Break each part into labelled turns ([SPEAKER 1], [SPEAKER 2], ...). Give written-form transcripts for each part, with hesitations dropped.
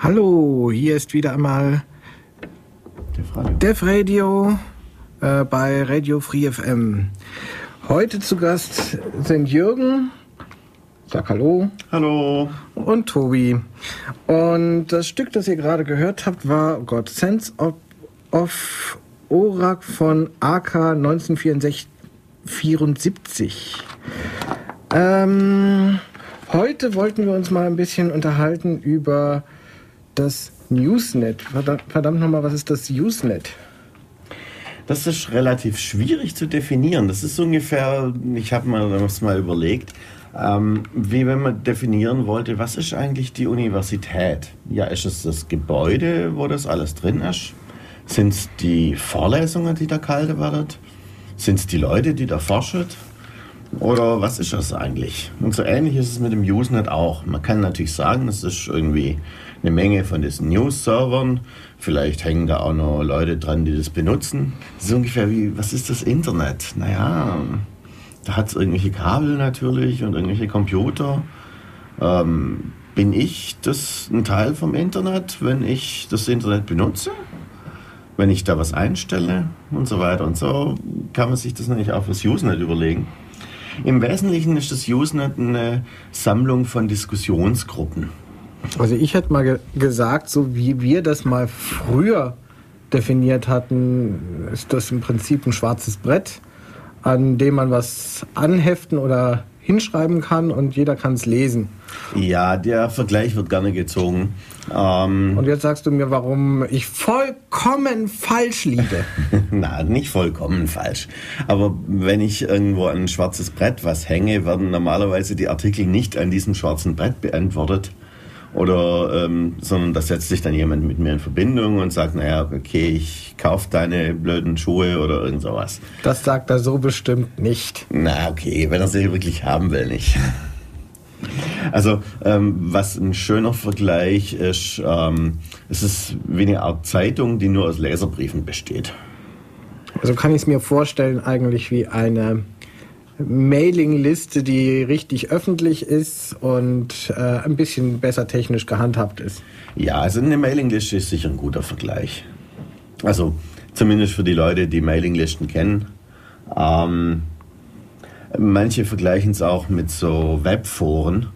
[SPEAKER 1] Hallo, hier ist wieder einmal Def Radio bei Radio Free FM. Heute zu Gast sind Jürgen, sag Hallo.
[SPEAKER 2] Hallo.
[SPEAKER 1] Und Tobi. Und das Stück, das ihr gerade gehört habt, war Sense of Orak von AK 1974. Heute wollten wir uns mal ein bisschen unterhalten über das Usenet. Verdammt nochmal, was ist das Usenet?
[SPEAKER 2] Das ist relativ schwierig zu definieren. Das ist ungefähr, ich habe mir das mal überlegt, wie wenn man definieren wollte, was ist eigentlich die Universität? Ja, ist es das Gebäude, wo das alles drin ist? Sind es die Vorlesungen, die da gehalten werden? Sind es die Leute, die da forschen? Oder was ist das eigentlich? Und so ähnlich ist es mit dem Usenet auch. Man kann natürlich sagen, es ist irgendwie eine Menge von diesen News-Servern. Vielleicht hängen da auch noch Leute dran, die das benutzen. Das ist ungefähr wie, was ist das Internet? Naja, da hat es irgendwelche Kabel natürlich und irgendwelche Computer. Bin ich das ein Teil vom Internet, wenn ich das Internet benutze? Wenn ich da was einstelle und so weiter und so, kann man sich das nämlich auch fürs Usenet überlegen. Im Wesentlichen ist das Usenet eine Sammlung von Diskussionsgruppen.
[SPEAKER 1] Also ich hätte mal gesagt, so wie wir das mal früher definiert hatten, ist das im Prinzip ein schwarzes Brett, an dem man was anheften oder hinschreiben kann und jeder kann es lesen.
[SPEAKER 2] Ja, der Vergleich wird gerne gezogen.
[SPEAKER 1] Und jetzt sagst du mir, warum ich vollkommen falsch liege.
[SPEAKER 2] Na, nicht vollkommen falsch. Aber wenn ich irgendwo an ein schwarzes Brett was hänge, werden normalerweise die Artikel nicht an diesem schwarzen Brett beantwortet. Oder, sondern da setzt sich dann jemand mit mir in Verbindung und sagt, naja, okay, ich kaufe deine blöden Schuhe oder irgend sowas.
[SPEAKER 1] Das sagt er so bestimmt nicht.
[SPEAKER 2] Na, okay, wenn er sie wirklich haben will, nicht. Also, was ein schöner Vergleich ist, es ist wie eine Art Zeitung, die nur aus Leserbriefen besteht.
[SPEAKER 1] Also kann ich es mir vorstellen, eigentlich wie eine Mailingliste, die richtig öffentlich ist und ein bisschen besser technisch gehandhabt ist.
[SPEAKER 2] Ja, also eine Mailingliste ist sicher ein guter Vergleich. Also zumindest für die Leute, die Mailinglisten kennen. Manche vergleichen es auch mit so Webforen.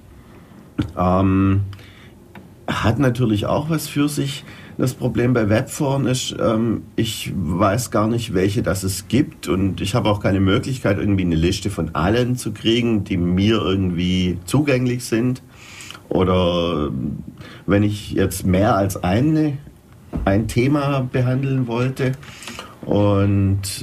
[SPEAKER 2] Hat natürlich auch was für sich. Das Problem bei Webforen ist, ich weiß gar nicht, welche das es gibt und ich habe auch keine Möglichkeit, irgendwie eine Liste von allen zu kriegen, die mir irgendwie zugänglich sind. Oder wenn ich jetzt mehr als ein Thema behandeln wollte und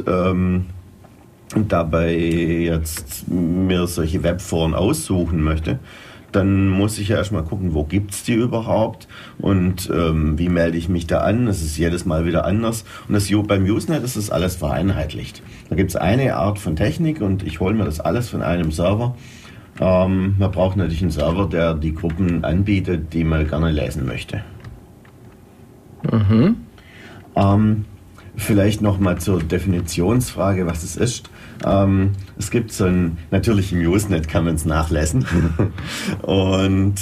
[SPEAKER 2] dabei jetzt mir solche Webforen aussuchen möchte, dann muss ich ja erstmal gucken, wo gibt's die überhaupt und wie melde ich mich da an. Das ist jedes Mal wieder anders. Und beim Usenet ist das alles vereinheitlicht. Da gibt's eine Art von Technik und ich hole mir das alles von einem Server. Man braucht natürlich einen Server, der die Gruppen anbietet, die man gerne lesen möchte.
[SPEAKER 1] Mhm.
[SPEAKER 2] Vielleicht nochmal zur Definitionsfrage, was es ist. Es gibt natürlich im Usenet kann man es nachlesen. Und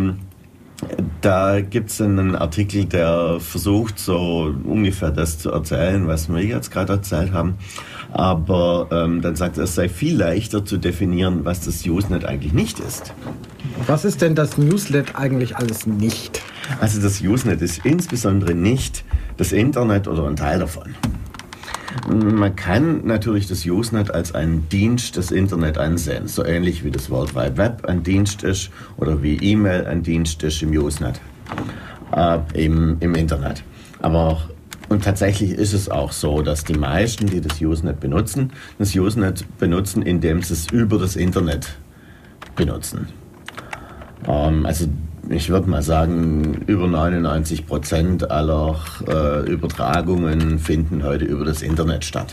[SPEAKER 2] da gibt es einen Artikel, der versucht, so ungefähr das zu erzählen, was wir jetzt gerade erzählt haben. Aber dann sagt er, es sei viel leichter zu definieren, was das Usenet eigentlich nicht ist.
[SPEAKER 1] Was ist denn das Usenet eigentlich alles nicht?
[SPEAKER 2] Also das Usenet ist insbesondere nicht das Internet oder ein Teil davon. Man kann natürlich das Usenet als einen Dienst des Internet ansehen, so ähnlich wie das World Wide Web ein Dienst ist oder wie E-Mail ein Dienst ist im Usenet, im Internet. Und tatsächlich ist es auch so, dass die meisten, die das Usenet benutzen, indem sie es über das Internet benutzen. Also ich würde mal sagen, über 99% aller Übertragungen finden heute über das Internet statt.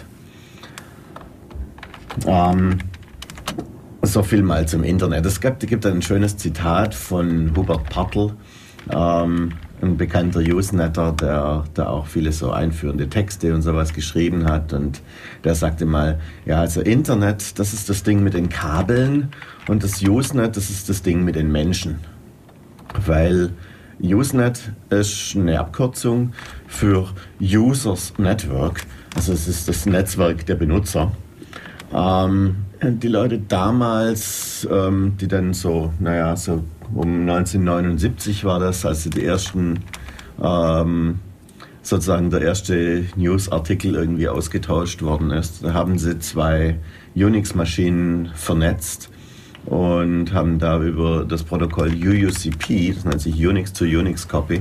[SPEAKER 2] So viel mal zum Internet. Es gibt ein schönes Zitat von Hubert Partel, ein bekannter Usenetter, der auch viele so einführende Texte und sowas geschrieben hat. Und der sagte mal, ja, also Internet, das ist das Ding mit den Kabeln und das Usenet, das ist das Ding mit den Menschen. Weil Usenet ist eine Abkürzung für Users Network. Also es ist das Netzwerk der Benutzer. Die Leute damals, die dann so um 1979 war das, als die ersten, sozusagen der erste News-Artikel irgendwie ausgetauscht worden ist, da haben sie 2 Unix-Maschinen vernetzt und haben da über das Protokoll UUCP, das nennt sich Unix to Unix Copy,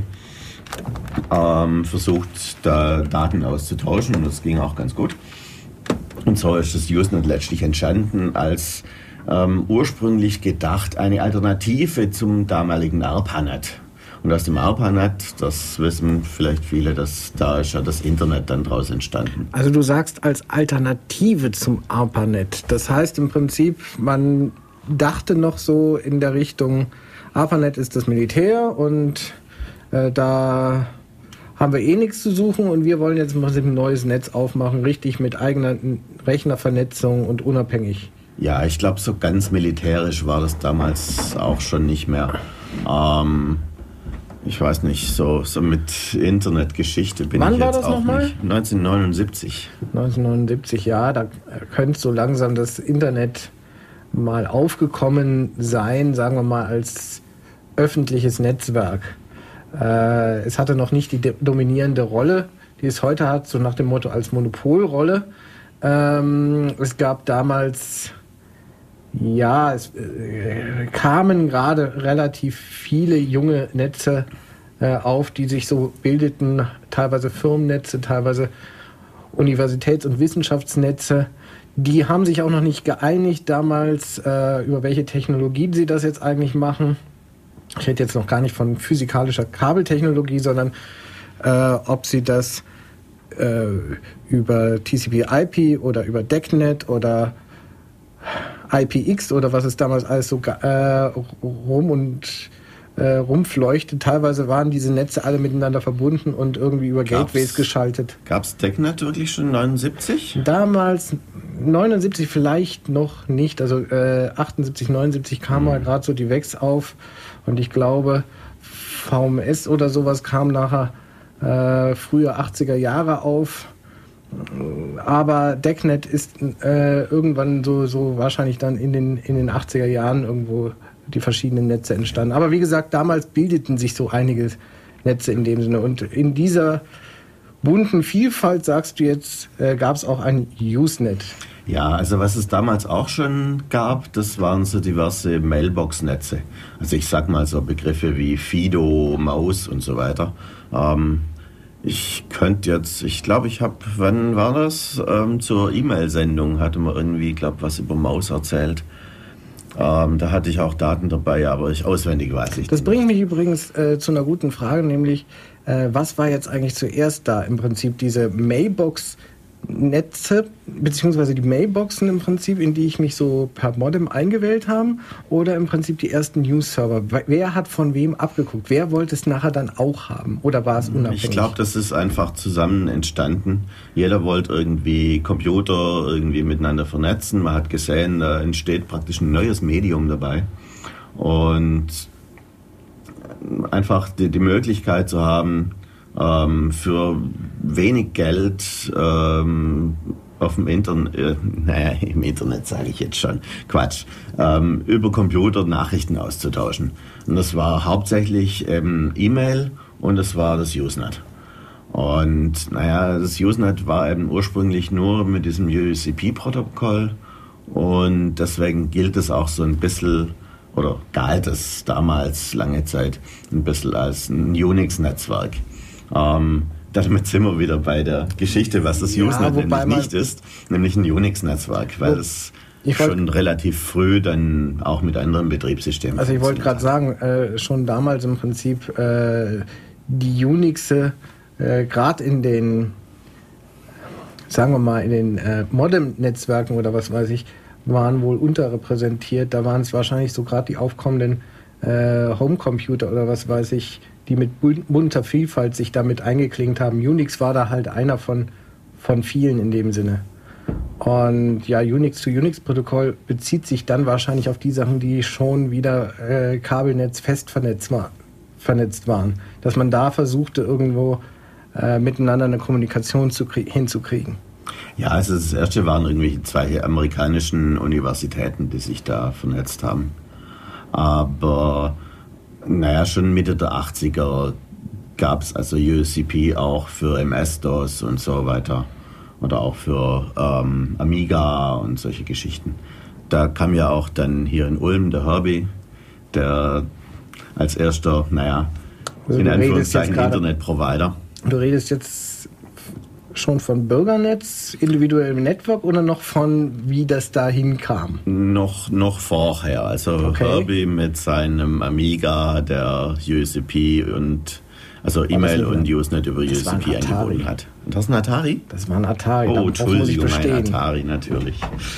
[SPEAKER 2] versucht, da Daten auszutauschen, und das ging auch ganz gut. Und so ist das Usenet letztlich entstanden als ursprünglich gedacht eine Alternative zum damaligen ARPANET. Und aus dem ARPANET, das wissen vielleicht viele, da ist ja das Internet dann draus entstanden.
[SPEAKER 1] Also du sagst als Alternative zum ARPANET. Das heißt im Prinzip, man dachte noch so in der Richtung, ARPANET ist das Militär und da haben wir eh nichts zu suchen und wir wollen jetzt im Prinzip ein neues Netz aufmachen, richtig mit eigener Rechnervernetzung und unabhängig.
[SPEAKER 2] Ja, ich glaube, so ganz militärisch war das damals auch schon nicht mehr. Ich weiß nicht, so mit Internetgeschichte bin
[SPEAKER 1] Wann
[SPEAKER 2] ich
[SPEAKER 1] war
[SPEAKER 2] jetzt
[SPEAKER 1] das
[SPEAKER 2] auch
[SPEAKER 1] nochmal?
[SPEAKER 2] nicht. 1979.
[SPEAKER 1] 1979, ja, da könnte so langsam das Internet mal aufgekommen sein, sagen wir mal als öffentliches Netzwerk. Es hatte noch nicht die dominierende Rolle, die es heute hat, so nach dem Motto als Monopolrolle. Es gab damals, es kamen gerade relativ viele junge Netze auf, die sich so bildeten, teilweise Firmennetze, teilweise Universitäts- und Wissenschaftsnetze. Die haben sich auch noch nicht geeinigt damals, über welche Technologie sie das jetzt eigentlich machen. Ich rede jetzt noch gar nicht von physikalischer Kabeltechnologie, sondern ob sie das über TCP/IP oder über DECnet oder IPX oder was es damals alles so rumfleuchtet. Teilweise waren diese Netze alle miteinander verbunden und irgendwie über Gateways geschaltet.
[SPEAKER 2] Gab es DECnet wirklich schon 79?
[SPEAKER 1] Damals 79 vielleicht noch nicht, also 78, 79 kam mal gerade so die Vex auf und ich glaube VMS oder sowas kam nachher frühe 80er Jahre auf. Aber DECnet ist irgendwann so wahrscheinlich dann in den 80er Jahren irgendwo die verschiedenen Netze entstanden. Aber wie gesagt, damals bildeten sich so einige Netze in dem Sinne. Und in dieser bunten Vielfalt, sagst du jetzt, gab es auch ein Usenet.
[SPEAKER 2] Ja, also was es damals auch schon gab, das waren so diverse Mailbox-Netze. Also ich sag mal so Begriffe wie Fido, Maus und so weiter. Ich könnte jetzt, ich glaube, wann war das? Zur E-Mail-Sendung hatte man irgendwie, glaube was über Maus erzählt. Da hatte ich auch Daten dabei, aber auswendig weiß ich
[SPEAKER 1] das nicht. Bringt mich übrigens zu einer guten Frage, nämlich was war jetzt eigentlich zuerst da? Im Prinzip diese Mailbox-Netze, beziehungsweise die Mailboxen im Prinzip, in die ich mich so per Modem eingewählt habe, oder im Prinzip die ersten News-Server? Wer hat von wem abgeguckt? Wer wollte es nachher dann auch haben? Oder war es unabhängig?
[SPEAKER 2] Ich glaube, das ist einfach zusammen entstanden. Jeder wollte irgendwie Computer irgendwie miteinander vernetzen. Man hat gesehen, da entsteht praktisch ein neues Medium dabei. Und einfach die Möglichkeit zu haben, für wenig Geld auf dem Internet, im Internet sage ich jetzt schon, Quatsch, über Computer Nachrichten auszutauschen. Und das war hauptsächlich E-Mail und das war das Usenet. Und das Usenet war eben ursprünglich nur mit diesem UUCP-Protokoll und deswegen gilt es auch so ein bisschen, oder galt es damals lange Zeit ein bisschen als ein Unix-Netzwerk. Damit sind wir wieder bei der Geschichte, was das Usenet nämlich nicht ist, nämlich ein Unix-Netzwerk, weil es schon relativ früh dann auch mit anderen Betriebssystemen.
[SPEAKER 1] Also ich wollte gerade sagen, schon damals im Prinzip die Unixe, gerade in den, sagen wir mal, in den Modem-Netzwerken oder was weiß ich, waren wohl unterrepräsentiert. Da waren es wahrscheinlich so gerade die aufkommenden Homecomputer oder was weiß ich, die mit bunter Vielfalt sich damit eingeklinkt haben. Unix war da halt einer von vielen in dem Sinne. Und ja, Unix-to-Unix-Protokoll bezieht sich dann wahrscheinlich auf die Sachen, die schon wieder Kabelnetz fest vernetzt waren. Dass man da versuchte, irgendwo miteinander eine Kommunikation hinzukriegen.
[SPEAKER 2] Ja, also das erste waren irgendwelche zwei amerikanischen Universitäten, die sich da vernetzt haben. Aber schon Mitte der 80er gab es also USCP auch für MS-DOS und so weiter. Oder auch für Amiga und solche Geschichten. Da kam ja auch dann hier in Ulm der Herbie, der als erster,
[SPEAKER 1] also
[SPEAKER 2] in Anführungszeichen Internetprovider.
[SPEAKER 1] Du redest jetzt schon von Bürgernetz, individuellem Network oder noch von, wie das dahin kam?
[SPEAKER 2] Noch vorher. Also okay. Herbie mit seinem Amiga, der USCP und also E-Mail und Usenet über USCP eingebunden hat. Und das ist ein Atari?
[SPEAKER 1] Das war ein Atari.
[SPEAKER 2] Oh, Entschuldigung, ein Atari natürlich.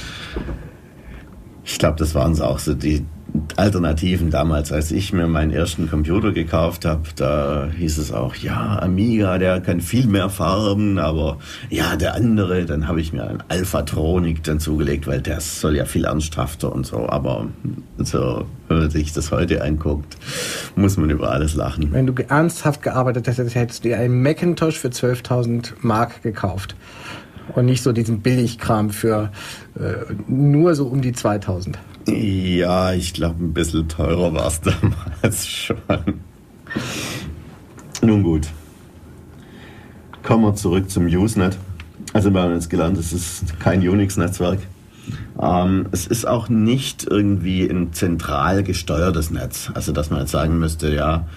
[SPEAKER 2] Ich glaube, das waren auch so die Alternativen damals, als ich mir meinen ersten Computer gekauft habe. Da hieß es auch, ja, Amiga, der kann viel mehr Farben, aber ja, der andere, dann habe ich mir einen Alphatronic dann zugelegt, weil der soll ja viel ernsthafter und so. Aber so, wenn man sich das heute anguckt, muss man über alles lachen.
[SPEAKER 1] Wenn du ernsthaft gearbeitet hättest, hättest du dir einen Macintosh für 12.000 Mark gekauft. Und nicht so diesen Billigkram für nur so um die 2.000.
[SPEAKER 2] Ja, ich glaube, ein bisschen teurer war es damals schon. Nun gut. Kommen wir zurück zum Usenet. Also wir haben jetzt gelernt, es ist kein Unix-Netzwerk. Es ist auch nicht irgendwie ein zentral gesteuertes Netz. Also dass man jetzt sagen müsste, ja,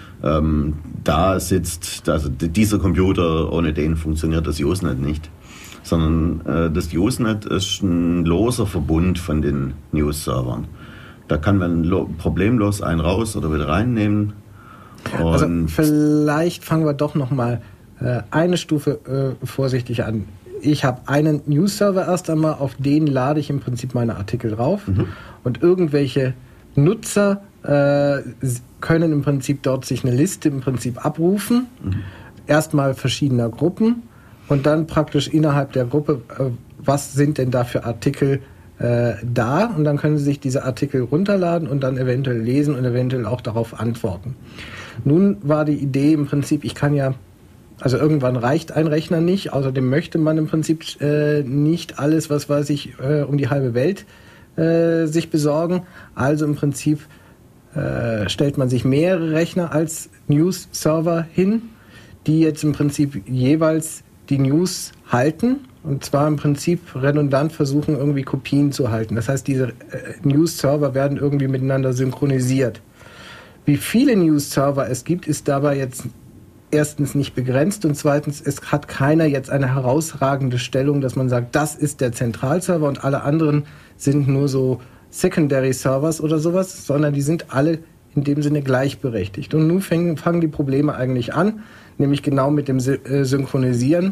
[SPEAKER 2] da sitzt, also dieser Computer, ohne den funktioniert das Usenet nicht. Sondern das Usenet ist ein loser Verbund von den News-Servern. Da kann man problemlos einen raus oder wieder reinnehmen. Und
[SPEAKER 1] also vielleicht fangen wir doch noch mal eine Stufe vorsichtig an. Ich habe einen News-Server erst einmal, auf den lade ich im Prinzip meine Artikel drauf. Und irgendwelche Nutzer können im Prinzip dort sich eine Liste im Prinzip abrufen. Erstmal verschiedener Gruppen. Und dann praktisch innerhalb der Gruppe, was sind denn da für Artikel da? Und dann können Sie sich diese Artikel runterladen und dann eventuell lesen und eventuell auch darauf antworten. Nun war die Idee im Prinzip, also irgendwann reicht ein Rechner nicht, außerdem möchte man im Prinzip nicht alles, was weiß ich, um die halbe Welt sich besorgen. Also im Prinzip stellt man sich mehrere Rechner als News-Server hin, die jetzt im Prinzip jeweils die News halten und zwar im Prinzip redundant versuchen, irgendwie Kopien zu halten. Das heißt, diese News-Server werden irgendwie miteinander synchronisiert. Wie viele News-Server es gibt, ist dabei jetzt erstens nicht begrenzt und zweitens, es hat keiner jetzt eine herausragende Stellung, dass man sagt, das ist der Zentralserver und alle anderen sind nur so Secondary Servers oder sowas, sondern die sind alle in dem Sinne gleichberechtigt. Und nun fangen die Probleme eigentlich an, nämlich genau mit dem Synchronisieren.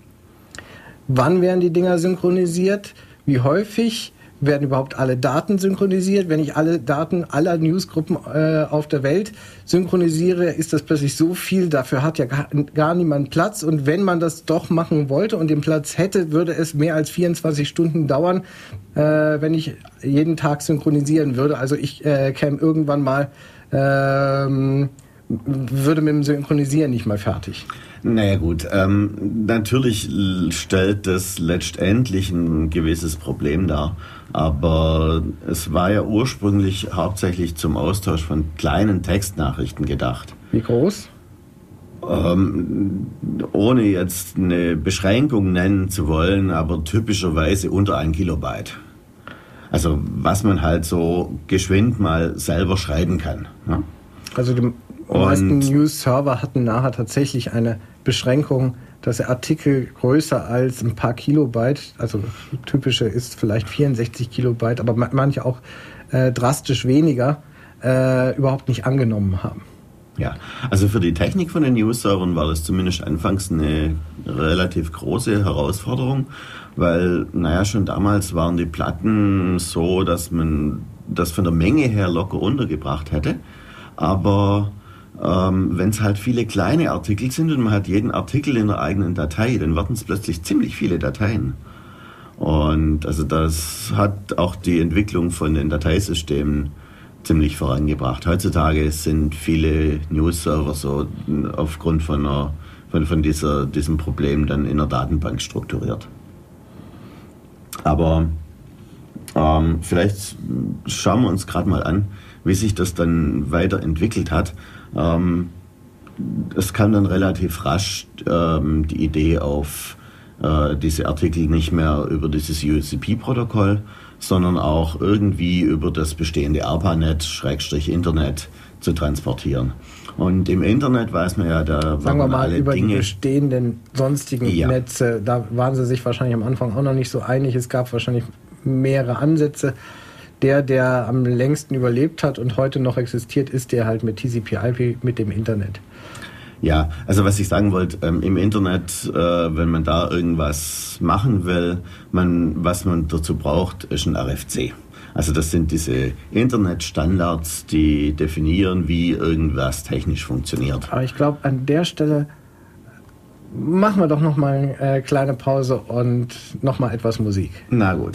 [SPEAKER 1] Wann werden die Dinger synchronisiert? Wie häufig werden überhaupt alle Daten synchronisiert? Wenn ich alle Daten aller Newsgruppen auf der Welt synchronisiere, ist das plötzlich so viel, dafür hat ja gar niemand Platz. Und wenn man das doch machen wollte und den Platz hätte, würde es mehr als 24 Stunden dauern, wenn ich jeden Tag synchronisieren würde. Also ich käme irgendwann mal, würde mit dem Synchronisieren nicht mal fertig.
[SPEAKER 2] Naja gut, natürlich stellt das letztendlich ein gewisses Problem dar, aber es war ja ursprünglich hauptsächlich zum Austausch von kleinen Textnachrichten gedacht.
[SPEAKER 1] Wie groß?
[SPEAKER 2] Ohne jetzt eine Beschränkung nennen zu wollen, aber typischerweise unter 1 Kilobyte. Also was man halt so geschwind mal selber schreiben kann. Ja?
[SPEAKER 1] Also die meisten News-Server hatten nachher tatsächlich eine Beschränkung, dass der Artikel größer als ein paar Kilobyte, also typische ist vielleicht 64 Kilobyte, aber manche auch drastisch weniger, überhaupt nicht angenommen haben.
[SPEAKER 2] Ja, also für die Technik von den News-Servern war das zumindest anfangs eine relativ große Herausforderung, weil, schon damals waren die Platten so, dass man das von der Menge her locker untergebracht hätte, aber wenn es halt viele kleine Artikel sind und man hat jeden Artikel in der eigenen Datei, dann werden es plötzlich ziemlich viele Dateien. Und also das hat auch die Entwicklung von den Dateisystemen ziemlich vorangebracht. Heutzutage sind viele News-Server so aufgrund von diesem Problem dann in einer Datenbank strukturiert. Aber vielleicht schauen wir uns gerade mal an, wie sich das dann weiterentwickelt hat. Es kam dann relativ rasch die Idee auf, diese Artikel nicht mehr über dieses USCP-Protokoll, sondern auch irgendwie über das bestehende ARPANET/Internet zu transportieren. Und im Internet weiß man ja, da
[SPEAKER 1] sagen wir mal
[SPEAKER 2] alle
[SPEAKER 1] über
[SPEAKER 2] Dinge,
[SPEAKER 1] die bestehenden sonstigen Netze, da waren sie sich wahrscheinlich am Anfang auch noch nicht so einig. Es gab wahrscheinlich mehrere Ansätze. Der am längsten überlebt hat und heute noch existiert, ist der halt mit TCP/IP, mit dem Internet.
[SPEAKER 2] Ja, also was ich sagen wollte, im Internet, wenn man da irgendwas machen will, was man dazu braucht, ist ein RFC. Also das sind diese Internetstandards, die definieren, wie irgendwas technisch funktioniert.
[SPEAKER 1] Aber ich glaube, an der Stelle machen wir doch noch mal eine kleine Pause und noch mal etwas Musik.
[SPEAKER 2] Na gut.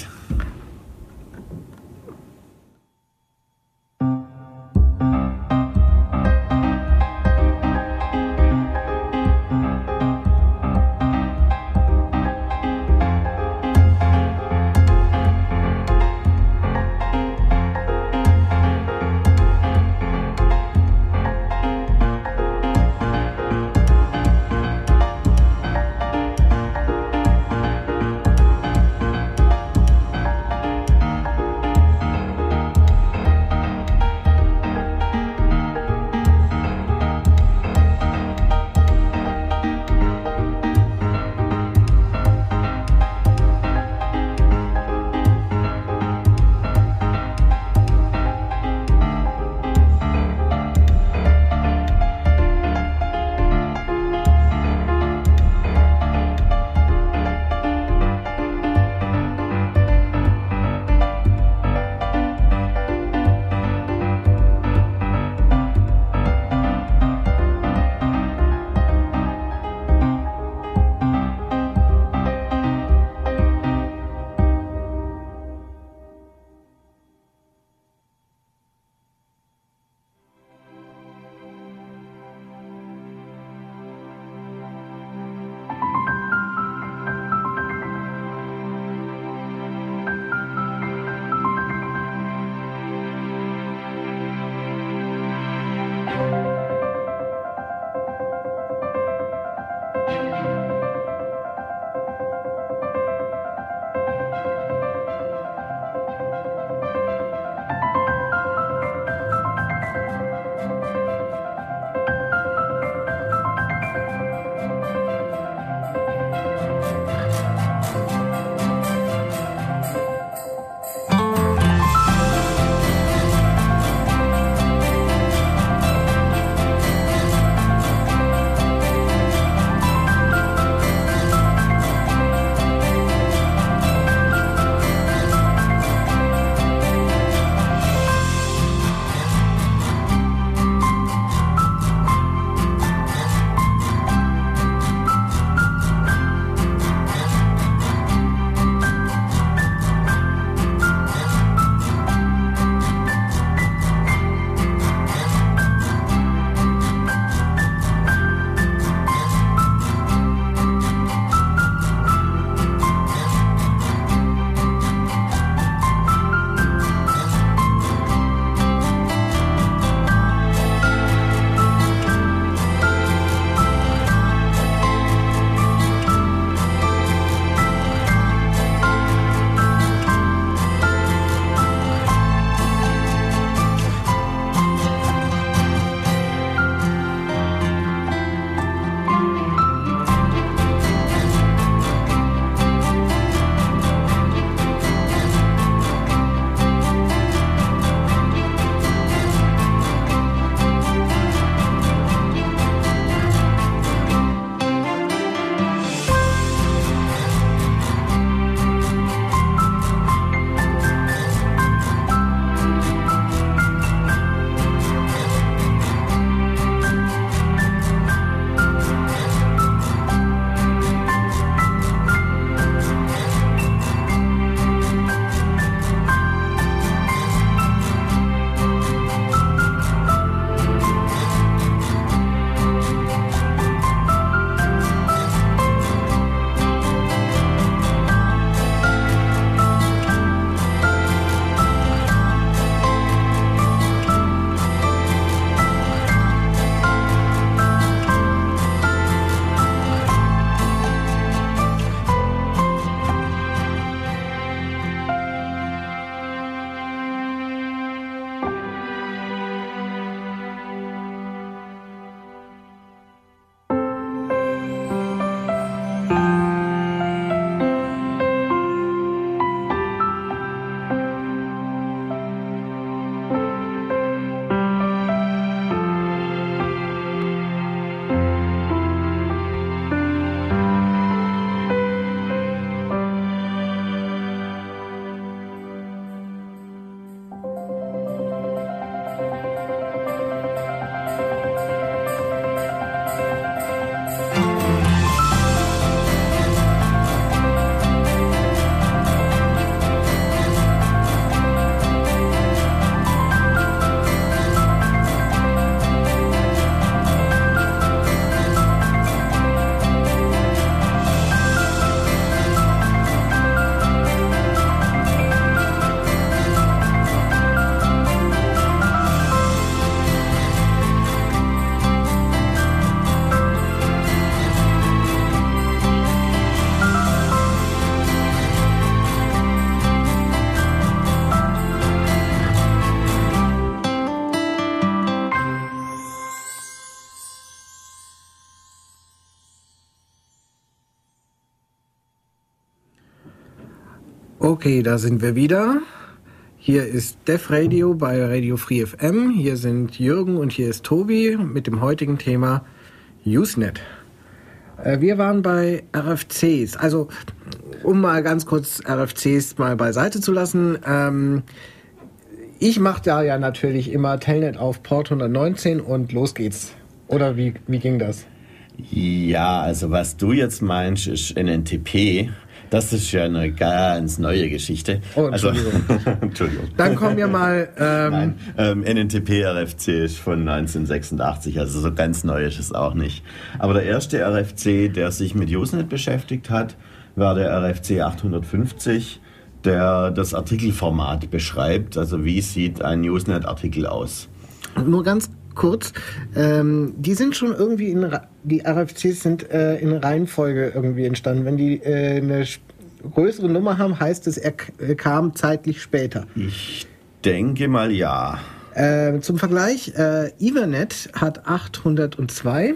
[SPEAKER 1] Okay, da sind wir wieder. Hier ist Def Radio bei Radio Free FM. Hier sind Jürgen und hier ist Tobi mit dem heutigen Thema Usenet. Wir waren bei RFCs. Also, um mal ganz kurz RFCs mal beiseite zu lassen. Ich mache da ja natürlich immer Telnet auf Port 119 und los geht's. Oder wie ging das?
[SPEAKER 2] Ja, also was du jetzt meinst, ist NNTP. Das ist ja eine ganz neue Geschichte.
[SPEAKER 1] Oh, Entschuldigung.
[SPEAKER 2] Also, Entschuldigung.
[SPEAKER 1] Dann kommen wir mal...
[SPEAKER 2] Nein, NNTP-RFC ist von 1986, also so ganz neu ist es auch nicht. Aber der erste RFC, der sich mit Usenet beschäftigt hat, war der RFC 850, der das Artikelformat beschreibt. Also wie sieht ein Usenet-Artikel aus?
[SPEAKER 1] Nur ganz kurz, die sind schon irgendwie die RFCs sind in Reihenfolge irgendwie entstanden. Wenn die eine größere Nummer haben, heißt es, er kam zeitlich später.
[SPEAKER 2] Ich denke mal ja.
[SPEAKER 1] Zum Vergleich, Ethernet hat 802,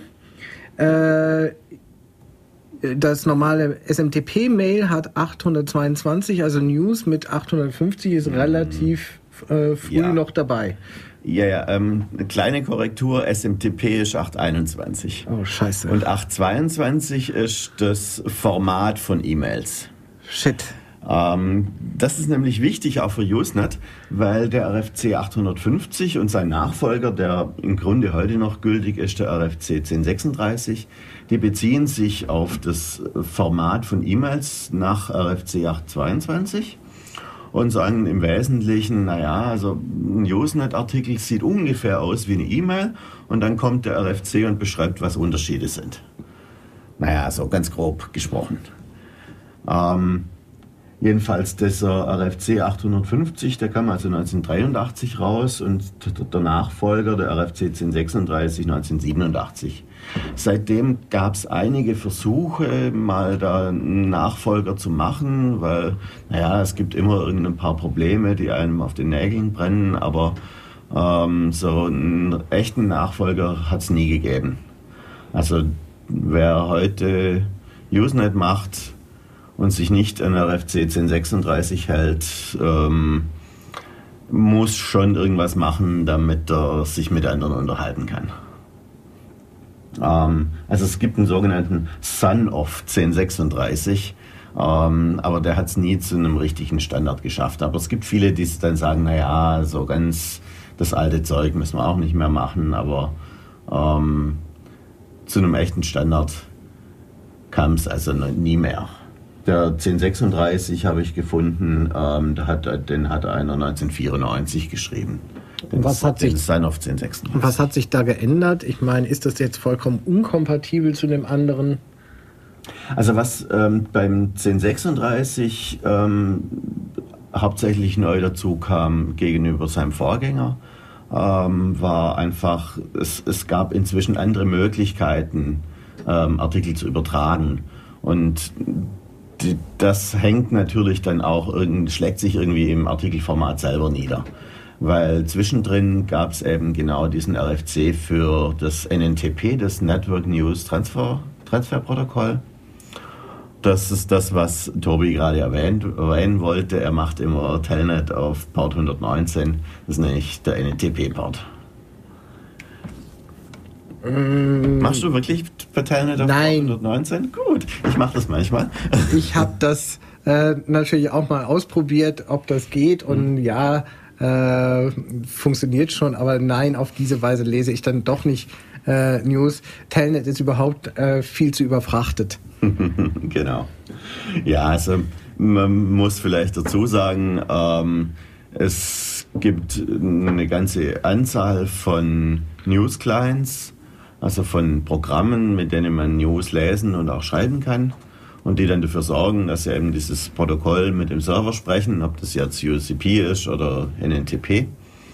[SPEAKER 1] das normale SMTP-Mail hat 822, also News mit 850 ist relativ früh noch dabei.
[SPEAKER 2] Ja, eine kleine Korrektur, SMTP ist 821.
[SPEAKER 1] Oh, scheiße.
[SPEAKER 2] Und 822 ist das Format von E-Mails.
[SPEAKER 1] Shit.
[SPEAKER 2] Das ist nämlich wichtig auch für Usenet, weil der RFC 850 und sein Nachfolger, der im Grunde heute noch gültig ist, der RFC 1036, die beziehen sich auf das Format von E-Mails nach RFC 822. Und sagen im Wesentlichen, also ein Usenet-Artikel sieht ungefähr aus wie eine E-Mail und dann kommt der RFC und beschreibt, was Unterschiede sind. So ganz grob gesprochen. Jedenfalls dieser RFC 850, der kam also 1983 raus und der Nachfolger, der RFC 1036, 1987. Seitdem gab es einige Versuche, mal da einen Nachfolger zu machen, weil, es gibt immer ein paar Probleme, die einem auf den Nägeln brennen, aber so einen echten Nachfolger hat es nie gegeben. Also wer heute Usenet macht und sich nicht an RFC 1036 hält, muss schon irgendwas machen, damit er sich mit anderen unterhalten kann. Also es gibt einen sogenannten Son of 1036, aber der hat es nie zu einem richtigen Standard geschafft. Aber es gibt viele, die dann sagen, so ganz das alte Zeug müssen wir auch nicht mehr machen, aber zu einem echten Standard kam es also nie mehr. Der 1036 habe ich gefunden, den hat einer 1994 geschrieben.
[SPEAKER 1] Was hat sich da geändert? Ich meine, ist das jetzt vollkommen unkompatibel zu dem anderen?
[SPEAKER 2] Also was beim 1036 hauptsächlich neu dazu kam gegenüber seinem Vorgänger, war einfach, es gab inzwischen andere Möglichkeiten, Artikel zu übertragen. Und das hängt natürlich dann auch, schlägt sich irgendwie im Artikelformat selber nieder. Weil zwischendrin gab es eben genau diesen RFC für das NNTP, das Network News Transfer Protokoll. Das ist das, was Tobi gerade erwähnen wollte. Er macht immer Telnet auf Port 119. Das ist nämlich der NNTP-Port. Machst du wirklich Telnet auf Port 119? Gut, ich mache das manchmal.
[SPEAKER 1] Ich habe das natürlich auch mal ausprobiert, ob das geht. Und funktioniert schon, aber nein, auf diese Weise lese ich dann doch nicht News. Telnet ist überhaupt viel zu überfrachtet.
[SPEAKER 2] Genau. Ja, also man muss vielleicht dazu sagen, es gibt eine ganze Anzahl von News-Clients, also von Programmen, mit denen man News lesen und auch schreiben kann. Und die dann dafür sorgen, dass sie eben dieses Protokoll mit dem Server sprechen, ob das jetzt UCP ist oder NNTP.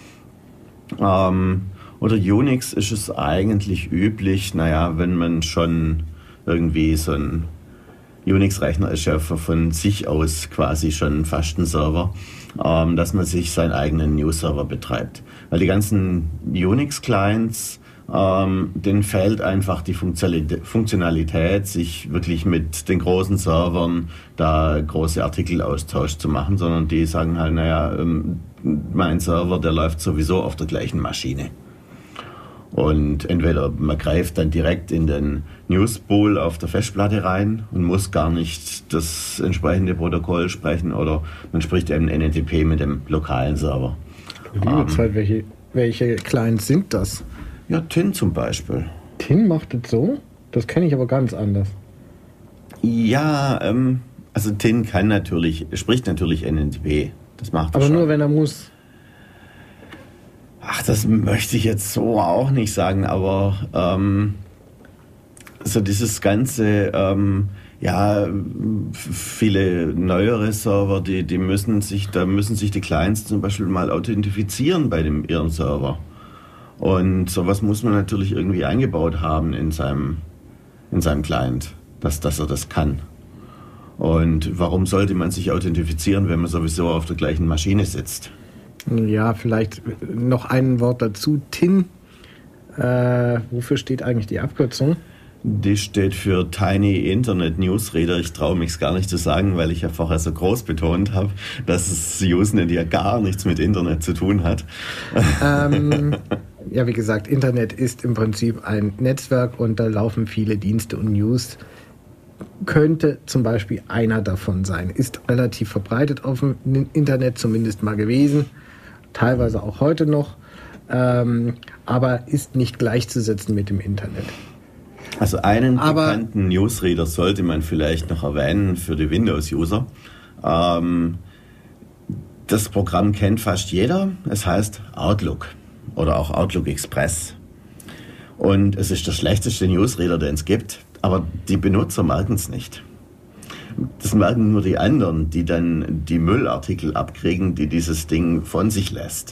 [SPEAKER 2] Oder Unix ist es eigentlich üblich, wenn man schon irgendwie so ein Unix-Rechner ist ja von sich aus quasi schon fast ein Server, dass man sich seinen eigenen News-Server betreibt. Weil die ganzen Unix-Clients denen fehlt einfach die Funktionalität, sich wirklich mit den großen Servern da große Artikelaustausch zu machen, sondern die sagen halt, naja, mein Server, der läuft sowieso auf der gleichen Maschine. Und entweder man greift dann direkt in den Newspool auf der Festplatte rein und muss gar nicht das entsprechende Protokoll sprechen, oder man spricht eben NNTP mit dem lokalen Server.
[SPEAKER 1] Liebe Zeit, welche Clients sind das?
[SPEAKER 2] Ja, TIN zum Beispiel.
[SPEAKER 1] TIN macht das so? Das kenne ich aber ganz anders.
[SPEAKER 2] Ja, also TIN spricht natürlich NNTP. Das macht er
[SPEAKER 1] aber
[SPEAKER 2] schon.
[SPEAKER 1] Nur wenn er muss.
[SPEAKER 2] Ach, das möchte ich jetzt so auch nicht sagen, aber so dieses ganze, viele neuere Server, die müssen sich die Clients zum Beispiel mal authentifizieren bei ihrem Server. Und sowas muss man natürlich irgendwie eingebaut haben in seinem Client, dass er das kann. Und warum sollte man sich authentifizieren, wenn man sowieso auf der gleichen Maschine sitzt?
[SPEAKER 1] Ja, vielleicht noch ein Wort dazu. TIN, wofür steht eigentlich die Abkürzung?
[SPEAKER 2] Die steht für Tiny Internet Newsreader. Ich traue mich es gar nicht zu sagen, weil ich ja vorher so groß betont habe, dass das Usenet ja gar nichts mit Internet zu tun hat.
[SPEAKER 1] Ja, wie gesagt, Internet ist im Prinzip ein Netzwerk und da laufen viele Dienste und News. Könnte zum Beispiel einer davon sein. Ist relativ verbreitet auf dem Internet, zumindest mal gewesen. Teilweise auch heute noch. Aber ist nicht gleichzusetzen mit dem Internet.
[SPEAKER 2] Also einen bekannten Newsreader sollte man vielleicht noch erwähnen für die Windows-User. Das Programm kennt fast jeder. Es heißt Outlook oder auch Outlook Express. Und es ist der schlechteste Newsreader, den es gibt. Aber die Benutzer merken es nicht. Das merken nur die anderen, die dann die Müllartikel abkriegen, die dieses Ding von sich lässt.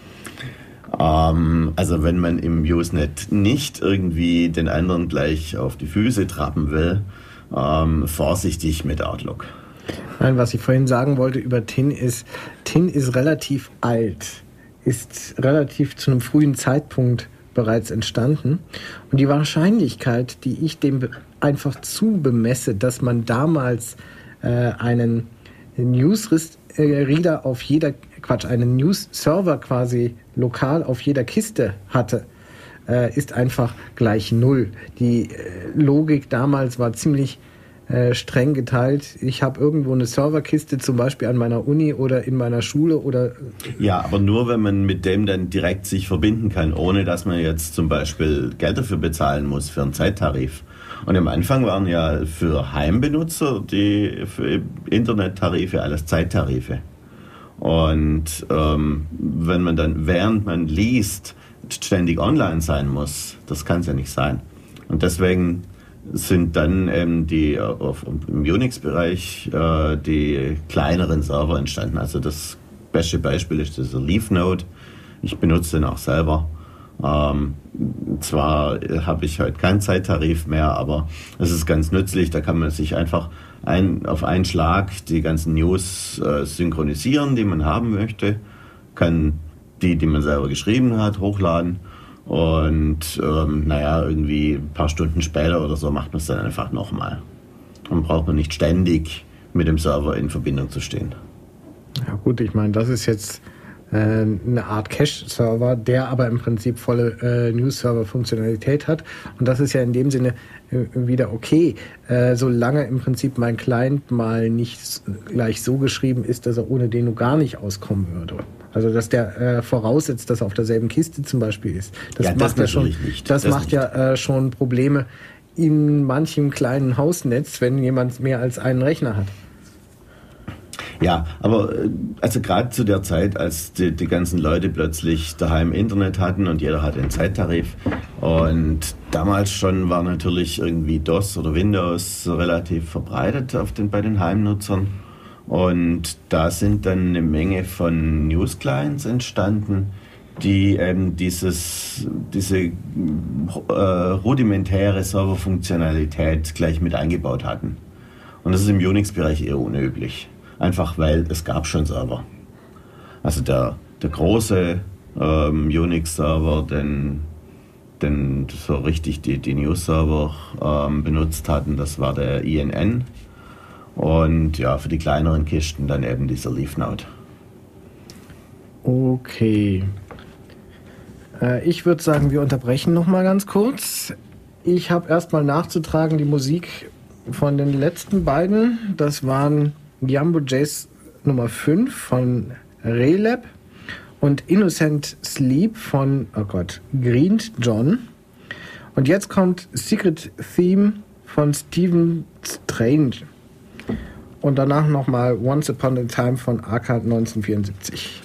[SPEAKER 2] Also wenn man im Usenet nicht irgendwie den anderen gleich auf die Füße trappen will, vorsichtig mit Outlook.
[SPEAKER 1] Nein, was ich vorhin sagen wollte über TIN ist relativ alt, ist relativ zu einem frühen Zeitpunkt bereits entstanden. Und die Wahrscheinlichkeit, die ich dem einfach zubemesse, dass man damals einen Newsreader einen News-Server quasi lokal auf jeder Kiste hatte, ist einfach gleich null. Die Logik damals war ziemlich streng geteilt. Ich habe irgendwo eine Serverkiste, zum Beispiel an meiner Uni oder in meiner Schule oder...
[SPEAKER 2] Ja, aber nur, wenn man mit dem dann direkt sich verbinden kann, ohne dass man jetzt zum Beispiel Geld dafür bezahlen muss für einen Zeittarif. Und am Anfang waren ja für Heimbenutzer für Internettarife alles Zeittarife. Und wenn man dann, während man liest, ständig online sein muss, das kann es ja nicht sein. Und deswegen sind dann im Unix-Bereich die kleineren Server entstanden. Also das beste Beispiel ist dieser LeafNode. Ich benutze den auch selber. Zwar habe ich heute keinen Zeittarif mehr, aber es ist ganz nützlich. Da kann man sich einfach auf einen Schlag die ganzen News synchronisieren, die man haben möchte. Kann die man selber geschrieben hat, hochladen. Und irgendwie ein paar Stunden später oder so macht man es dann einfach nochmal. Dann braucht man nicht ständig mit dem Server in Verbindung zu stehen.
[SPEAKER 1] Ja gut, ich meine, das ist jetzt eine Art Cache-Server, der aber im Prinzip volle News-Server-Funktionalität hat. Und das ist ja in dem Sinne wieder okay, solange im Prinzip mein Client mal nicht gleich so geschrieben ist, dass er ohne den nur gar nicht auskommen würde. Also dass der voraussetzt, dass er auf derselben Kiste zum Beispiel ist. Das macht ja schon Probleme in manchem kleinen Hausnetz, wenn jemand mehr als einen Rechner hat.
[SPEAKER 2] Ja, aber also gerade zu der Zeit, als die ganzen Leute plötzlich daheim Internet hatten und jeder hatte einen Zeittarif, und damals schon war natürlich irgendwie DOS oder Windows relativ verbreitet bei den Heimnutzern, und da sind dann eine Menge von News-Clients entstanden, die eben diese rudimentäre Serverfunktionalität gleich mit eingebaut hatten. Und das ist im Unix-Bereich eher unüblich. Einfach weil es gab schon Server. Also der große Unix-Server, den so richtig die News-Server benutzt hatten. Das war der INN. Und ja, für die kleineren Kisten dann eben dieser LeafNote.
[SPEAKER 1] Okay. Ich würde sagen, wir unterbrechen noch mal ganz kurz. Ich habe erstmal nachzutragen die Musik von den letzten beiden. Das waren Jumbo Jazz Nummer 5 von Relab und Innocent Sleep von, Green John. Und jetzt kommt Secret Theme von Stephen Strange. Und danach nochmal Once Upon a Time von Arcade 1974.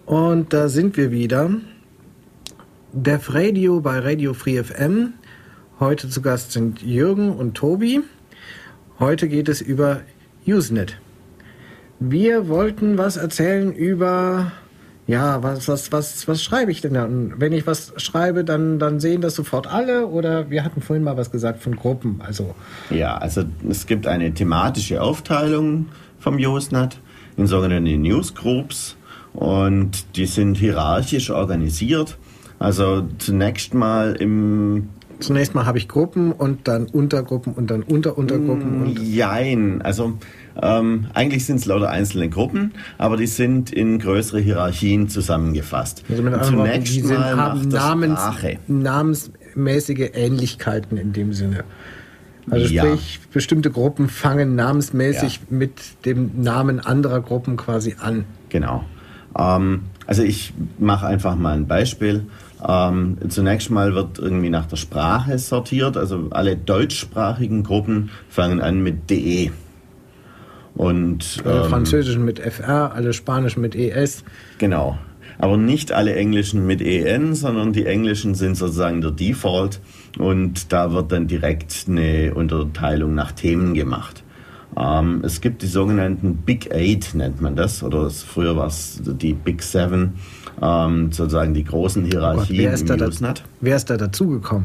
[SPEAKER 1] Und da sind wir wieder. Def Radio bei Radio Free FM. Heute zu Gast sind Jürgen und Tobi. Heute geht es über Usenet. Wir wollten was erzählen über, ja, was schreibe ich denn da? Und wenn ich was schreibe, dann sehen das sofort alle, oder wir hatten vorhin mal was gesagt von Gruppen.
[SPEAKER 2] Ja, also es gibt eine thematische Aufteilung vom Usenet in sogenannte Newsgroups und die sind hierarchisch organisiert. Also zunächst mal
[SPEAKER 1] habe ich Gruppen und dann Untergruppen und dann Untergruppen.
[SPEAKER 2] Jein, also eigentlich sind es lauter einzelne Gruppen, aber die sind in größere Hierarchien zusammengefasst.
[SPEAKER 1] Also mit anderen Worten, die haben namensmäßige Ähnlichkeiten in dem Sinne. Also sprich, bestimmte Gruppen fangen namensmäßig mit dem Namen anderer Gruppen quasi an.
[SPEAKER 2] Genau. Also ich mache einfach mal ein Beispiel. Zunächst mal wird irgendwie nach der Sprache sortiert. Also alle deutschsprachigen Gruppen fangen an mit DE. Und
[SPEAKER 1] alle französischen mit FR, alle spanischen mit ES.
[SPEAKER 2] Genau. Aber nicht alle englischen mit EN, sondern die englischen sind sozusagen der Default. Und da wird dann direkt eine Unterteilung nach Themen gemacht. Es gibt die sogenannten Big Eight, nennt man das, oder früher war es die Big Seven, sozusagen die großen Hierarchien im Usenet.
[SPEAKER 1] Wer ist da dazugekommen?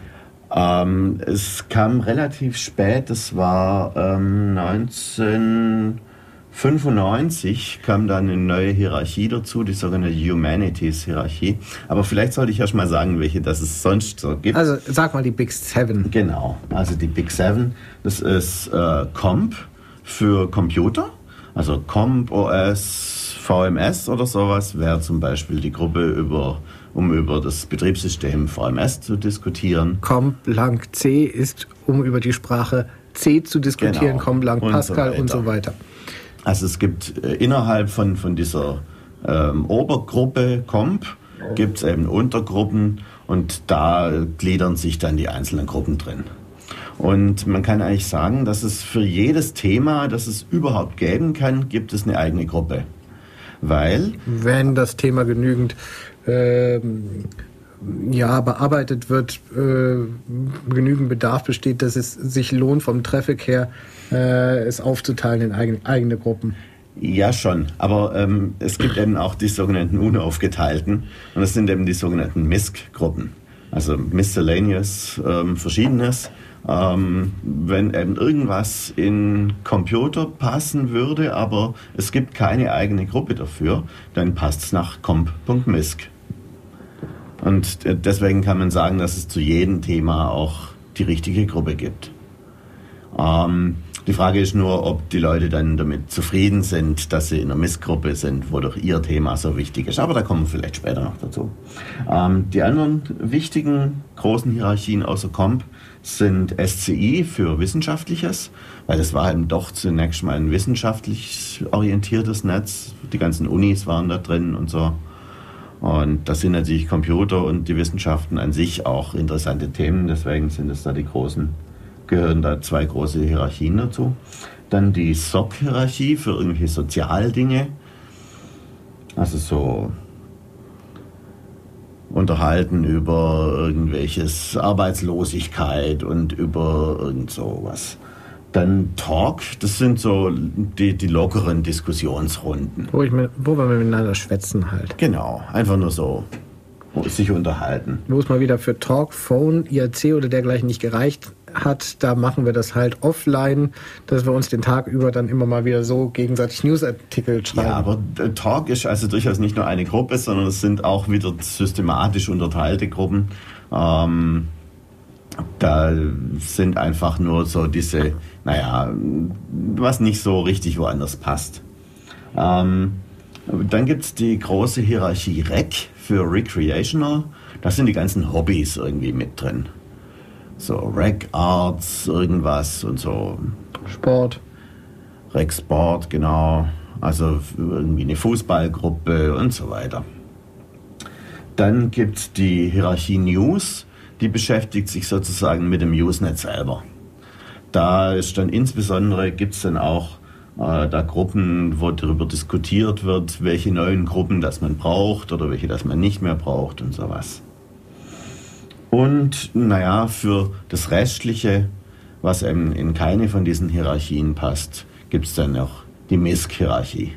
[SPEAKER 2] Es kam relativ spät, das war 1995 kam dann eine neue Hierarchie dazu, die sogenannte Humanities-Hierarchie. Aber vielleicht sollte ich erst mal sagen, welche das es sonst so gibt.
[SPEAKER 1] Also sag mal die Big Seven.
[SPEAKER 2] Genau, also die Big Seven, das ist Comp für Computer, also Comp, OS, VMS oder sowas, wäre zum Beispiel die Gruppe um über das Betriebssystem VMS zu diskutieren.
[SPEAKER 1] Comp lang C ist, um über die Sprache C zu diskutieren, genau. Comp lang Pascal und so weiter.
[SPEAKER 2] Also es gibt innerhalb von dieser Obergruppe Comp gibt es eben Untergruppen und da gliedern sich dann die einzelnen Gruppen drin. Und man kann eigentlich sagen, dass es für jedes Thema, das es überhaupt geben kann, gibt es eine eigene Gruppe. Weil,
[SPEAKER 1] wenn das Thema genügend bearbeitet wird, genügend Bedarf besteht, dass es sich lohnt, vom Traffic her es aufzuteilen in eigene Gruppen.
[SPEAKER 2] Ja, schon. Aber es gibt eben auch die sogenannten unaufgeteilten. Und das sind eben die sogenannten MISC-Gruppen. Also Miscellaneous Verschiedenes. Wenn eben irgendwas in Computer passen würde, aber es gibt keine eigene Gruppe dafür, dann passt es nach comp.misc. Und deswegen kann man sagen, dass es zu jedem Thema auch die richtige Gruppe gibt. Die Frage ist nur, ob die Leute dann damit zufrieden sind, dass sie in einer Missgruppe sind, wo doch ihr Thema so wichtig ist. Aber da kommen wir vielleicht später noch dazu. Die anderen wichtigen großen Hierarchien außer Comp sind SCI für Wissenschaftliches, weil es war eben doch zunächst mal ein wissenschaftlich orientiertes Netz. Die ganzen Unis waren da drin und so. Und das sind natürlich Computer und die Wissenschaften an sich auch interessante Themen. Deswegen sind es da gehören da zwei große Hierarchien dazu. Dann die SOC-Hierarchie für irgendwelche Sozialdinge. Also so unterhalten über irgendwelches Arbeitslosigkeit und über irgend sowas. Dann Talk, das sind so die lockeren Diskussionsrunden.
[SPEAKER 1] Wo wir miteinander schwätzen halt.
[SPEAKER 2] Genau, einfach nur so sich unterhalten.
[SPEAKER 1] Wo es mal wieder für Talk, Phone, IRC oder dergleichen nicht gereicht hat, da machen wir das halt offline, dass wir uns den Tag über dann immer mal wieder so gegenseitig Newsartikel schreiben. Ja,
[SPEAKER 2] aber Talk ist also durchaus nicht nur eine Gruppe, sondern es sind auch wieder systematisch unterteilte Gruppen. Da sind einfach nur so diese, was nicht so richtig woanders passt. Dann gibt es die große Hierarchie REC für Recreational. Da sind die ganzen Hobbys irgendwie mit drin. So Rec Arts, irgendwas und so.
[SPEAKER 1] Sport.
[SPEAKER 2] Rec Sport, genau. Also irgendwie eine Fußballgruppe und so weiter. Dann gibt es die Hierarchie News, die beschäftigt sich sozusagen mit dem Usenet selber. Da ist dann insbesondere, gibt es dann auch da Gruppen, wo darüber diskutiert wird, welche neuen Gruppen das man braucht oder welche das man nicht mehr braucht und sowas. Und naja, für das Restliche, was eben in keine von diesen Hierarchien passt, gibt es dann noch die MISC-Hierarchie.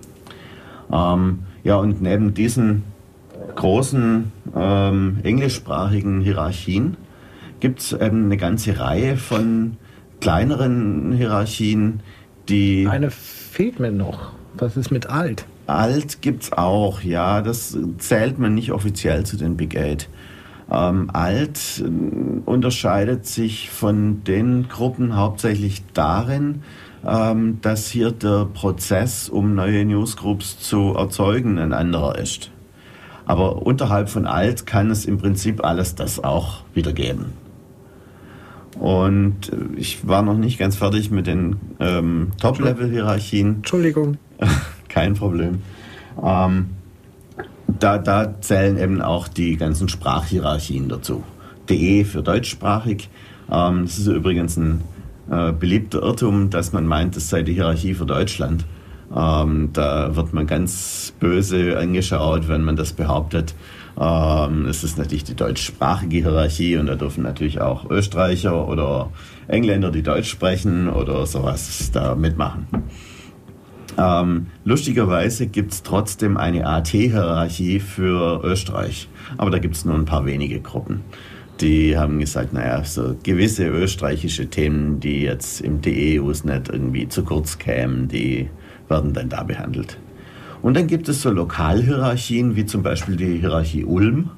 [SPEAKER 2] Ja, und neben diesen großen englischsprachigen Hierarchien gibt es eben eine ganze Reihe von kleineren Hierarchien, die...
[SPEAKER 1] Eine fehlt mir noch. Was ist mit alt?
[SPEAKER 2] Alt gibt es auch, ja. Das zählt man nicht offiziell zu den Big Eight. Alt unterscheidet sich von den Gruppen hauptsächlich darin, dass hier der Prozess, um neue Newsgroups zu erzeugen, ein anderer ist. Aber unterhalb von alt kann es im Prinzip alles das auch wieder geben. Und ich war noch nicht ganz fertig mit den Top-Level-Hierarchien.
[SPEAKER 1] Entschuldigung.
[SPEAKER 2] Kein Problem. Da zählen eben auch die ganzen Sprachhierarchien dazu. DE für deutschsprachig. Das ist übrigens ein beliebter Irrtum, dass man meint, das sei die Hierarchie für Deutschland. Da wird man ganz böse angeschaut, wenn man das behauptet. Es ist natürlich die deutschsprachige Hierarchie und da dürfen natürlich auch Österreicher oder Engländer, die Deutsch sprechen oder sowas, da mitmachen. Lustigerweise gibt es trotzdem eine AT-Hierarchie für Österreich, aber da gibt es nur ein paar wenige Gruppen. Die haben gesagt, naja, so gewisse österreichische Themen, die jetzt im DE-Usenet irgendwie zu kurz kämen, die werden dann da behandelt. Und dann gibt es so Lokalhierarchien, wie zum Beispiel die Hierarchie Ulm.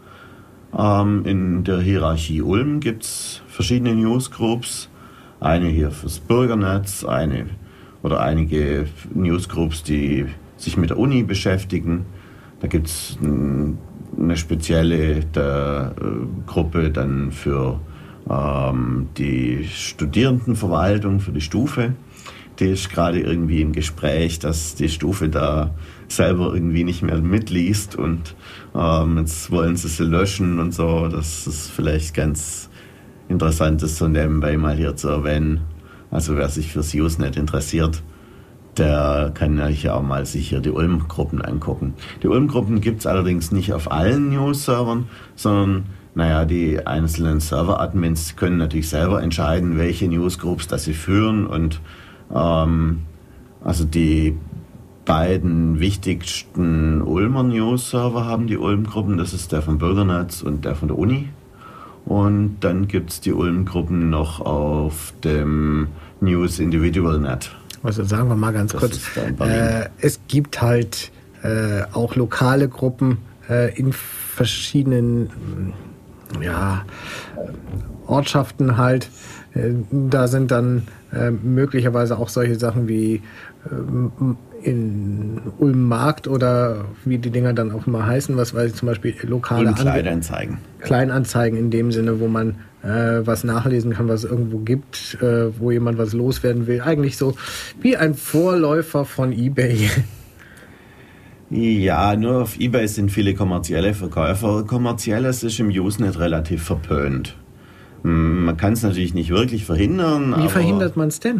[SPEAKER 2] In der Hierarchie Ulm gibt es verschiedene Newsgroups. Eine hier fürs Bürgernetz, einige Newsgroups, die sich mit der Uni beschäftigen. Da gibt es eine spezielle Gruppe dann für die Studierendenverwaltung, für die Stufe. Die ist gerade irgendwie im Gespräch, dass die Stufe da selber irgendwie nicht mehr mitliest und jetzt wollen sie löschen und so. Das ist vielleicht ganz interessant, das so nebenbei mal hier zu erwähnen. Also wer sich fürs Usenet interessiert, der kann ja hier auch mal sich hier die Ulm-Gruppen angucken. Die Ulm-Gruppen gibt es allerdings nicht auf allen News-Servern, sondern die einzelnen Server-Admins können natürlich selber entscheiden, welche Newsgroups das sie führen und also die beiden wichtigsten Ulmer News-Server haben die Ulm-Gruppen, das ist der vom Bürgernetz und der von der Uni. Und dann gibt es die Ulm-Gruppen noch auf dem News Individual Net.
[SPEAKER 1] Also sagen wir mal ganz kurz, es gibt halt auch lokale Gruppen in verschiedenen Ortschaften halt. Da sind dann möglicherweise auch solche Sachen wie in Ulm-Markt oder wie die Dinger dann auch immer heißen, was weiß ich, zum Beispiel lokale
[SPEAKER 2] Kleinanzeigen.
[SPEAKER 1] Kleinanzeigen in dem Sinne, wo man was nachlesen kann, was es irgendwo gibt, wo jemand was loswerden will. Eigentlich so wie ein Vorläufer von eBay.
[SPEAKER 2] Ja, nur auf eBay sind viele kommerzielle Verkäufer. Kommerzielles ist im Usenet relativ verpönt. Man kann es natürlich nicht wirklich verhindern.
[SPEAKER 1] Wie verhindert man es denn?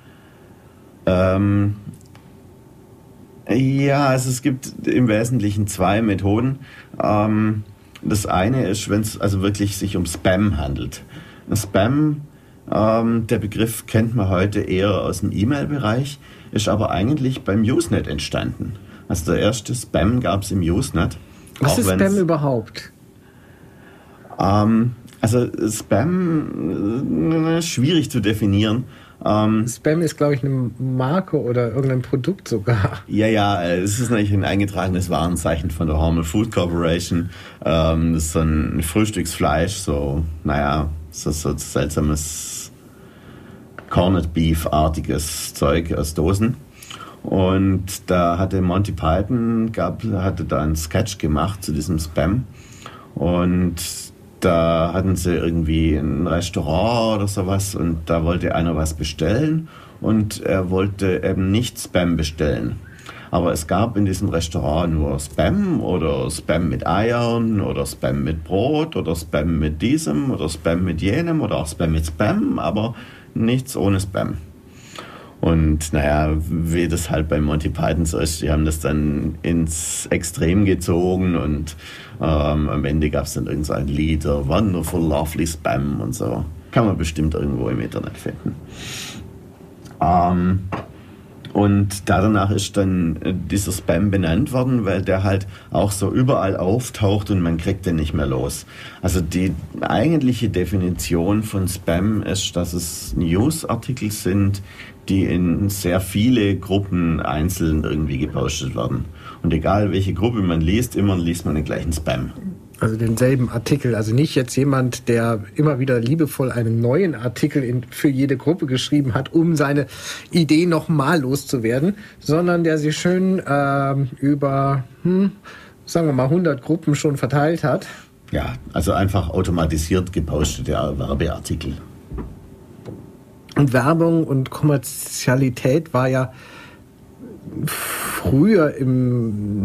[SPEAKER 2] Also es gibt im Wesentlichen zwei Methoden. Das eine ist, wenn es also wirklich sich um Spam handelt. Spam, der Begriff kennt man heute eher aus dem E-Mail-Bereich, ist aber eigentlich beim Usenet entstanden. Also der erste Spam gab es im Usenet.
[SPEAKER 1] Was ist Spam überhaupt?
[SPEAKER 2] Also Spam ist schwierig zu definieren.
[SPEAKER 1] Spam ist, glaube ich, eine Marke oder irgendein Produkt sogar.
[SPEAKER 2] Ja, es ist natürlich ein eingetragenes Warenzeichen von der Hormel Food Corporation. Das ist so ein Frühstücksfleisch, so seltsames Corned Beef-artiges Zeug aus Dosen. Und da hatte Monty Python, hatte da einen Sketch gemacht zu diesem Spam. Und da hatten sie irgendwie ein Restaurant oder sowas und da wollte einer was bestellen und er wollte eben nicht Spam bestellen. Aber es gab in diesem Restaurant nur Spam oder Spam mit Eiern oder Spam mit Brot oder Spam mit diesem oder Spam mit jenem oder auch Spam mit Spam, aber nichts ohne Spam. Und naja, wie das halt bei Monty Python so ist, die haben das dann ins Extrem gezogen und am Ende gab es dann irgend so ein Lied, Wonderful Lovely Spam und so. Kann man bestimmt irgendwo im Internet finden. Und danach ist dann dieser Spam benannt worden, weil der halt auch so überall auftaucht und man kriegt den nicht mehr los. Also die eigentliche Definition von Spam ist, dass es Newsartikel sind, die in sehr viele Gruppen einzeln irgendwie gepostet werden. Und egal welche Gruppe man liest, immer liest man den gleichen Spam.
[SPEAKER 1] Also denselben Artikel, also nicht jetzt jemand, der immer wieder liebevoll einen neuen Artikel für jede Gruppe geschrieben hat, um seine Idee nochmal loszuwerden, sondern der sich schön über, sagen wir mal, 100 Gruppen schon verteilt hat.
[SPEAKER 2] Ja, also einfach automatisiert gepostete Werbeartikel.
[SPEAKER 1] Und Werbung und Kommerzialität war ja früher im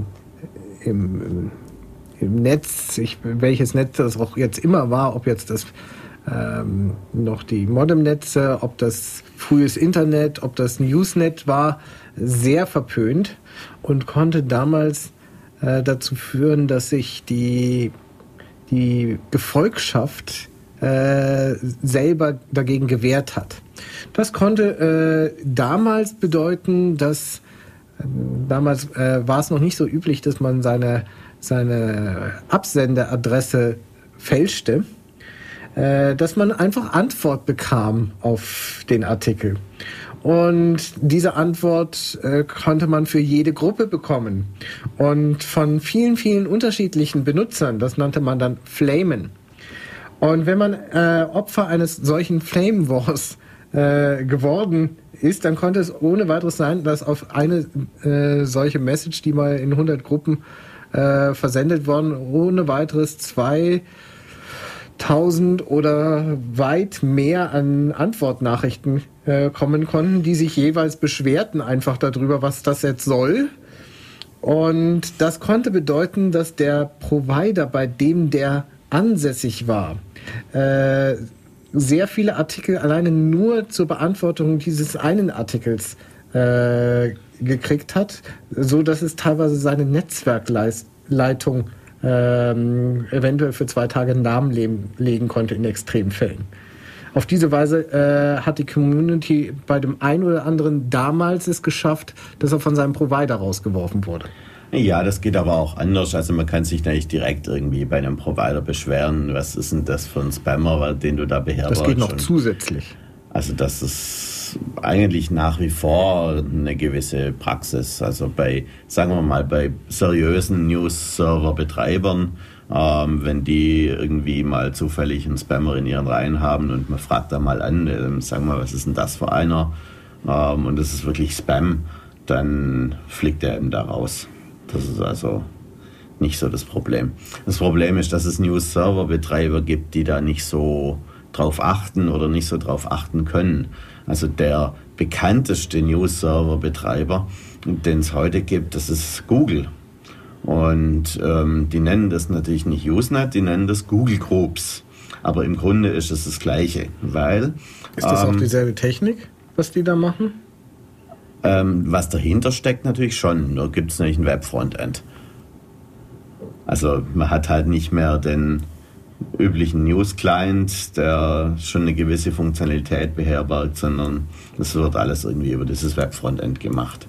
[SPEAKER 1] Netz, welches Netz das auch jetzt immer war, ob jetzt das noch die Modemnetze, ob das frühes Internet, ob das Newsnet war, sehr verpönt und konnte damals dazu führen, dass sich die Gefolgschaft selber dagegen gewehrt hat. Das konnte damals bedeuten, dass damals war es noch nicht so üblich, dass man seine Absenderadresse fälschte, dass man einfach Antwort bekam auf den Artikel. Und diese Antwort konnte man für jede Gruppe bekommen. Und von vielen, vielen unterschiedlichen Benutzern, das nannte man dann Flamen. Und wenn man Opfer eines solchen Flame Wars geworden ist, dann konnte es ohne weiteres sein, dass auf eine solche Message, die mal in 100 Gruppen versendet worden, ohne weiteres 2000 oder weit mehr an Antwortnachrichten kommen konnten, die sich jeweils beschwerten einfach darüber, was das jetzt soll. Und das konnte bedeuten, dass der Provider, bei dem der ansässig war, sehr viele Artikel alleine nur zur Beantwortung dieses einen Artikels gekriegt hat, so dass es teilweise seine Netzwerkleitung eventuell für 2 Tage lahmlegen konnte in Extremfällen. Auf diese Weise hat die Community bei dem einen oder anderen damals es geschafft, dass er von seinem Provider rausgeworfen wurde.
[SPEAKER 2] Ja, das geht aber auch anders. Also man kann sich nicht direkt irgendwie bei einem Provider beschweren. Was ist denn das für ein Spammer, den du da beherbergst?
[SPEAKER 1] Das geht noch zusätzlich.
[SPEAKER 2] Also das ist eigentlich nach wie vor eine gewisse Praxis. Also sagen wir mal, bei seriösen News-Server-Betreibern, wenn die irgendwie mal zufällig einen Spammer in ihren Reihen haben und man fragt da mal an, sagen wir mal, was ist denn das für einer? Und das ist wirklich Spam, dann fliegt er eben da raus. Das ist also nicht so das Problem. Das Problem ist, dass es News-Server-Betreiber gibt, die da nicht so drauf achten oder nicht so drauf achten können. Also der bekannteste News-Server-Betreiber, den es heute gibt, das ist Google. Und die nennen das natürlich nicht Usenet, die nennen das Google Groups. Aber im Grunde ist es das Gleiche, weil...
[SPEAKER 1] Ist das auch dieselbe Technik, was die da machen?
[SPEAKER 2] Was dahinter steckt natürlich schon, nur gibt es nämlich ein Web-Frontend. Also man hat halt nicht mehr den üblichen News-Client, der schon eine gewisse Funktionalität beherbergt, sondern das wird alles irgendwie über dieses Web-Frontend gemacht.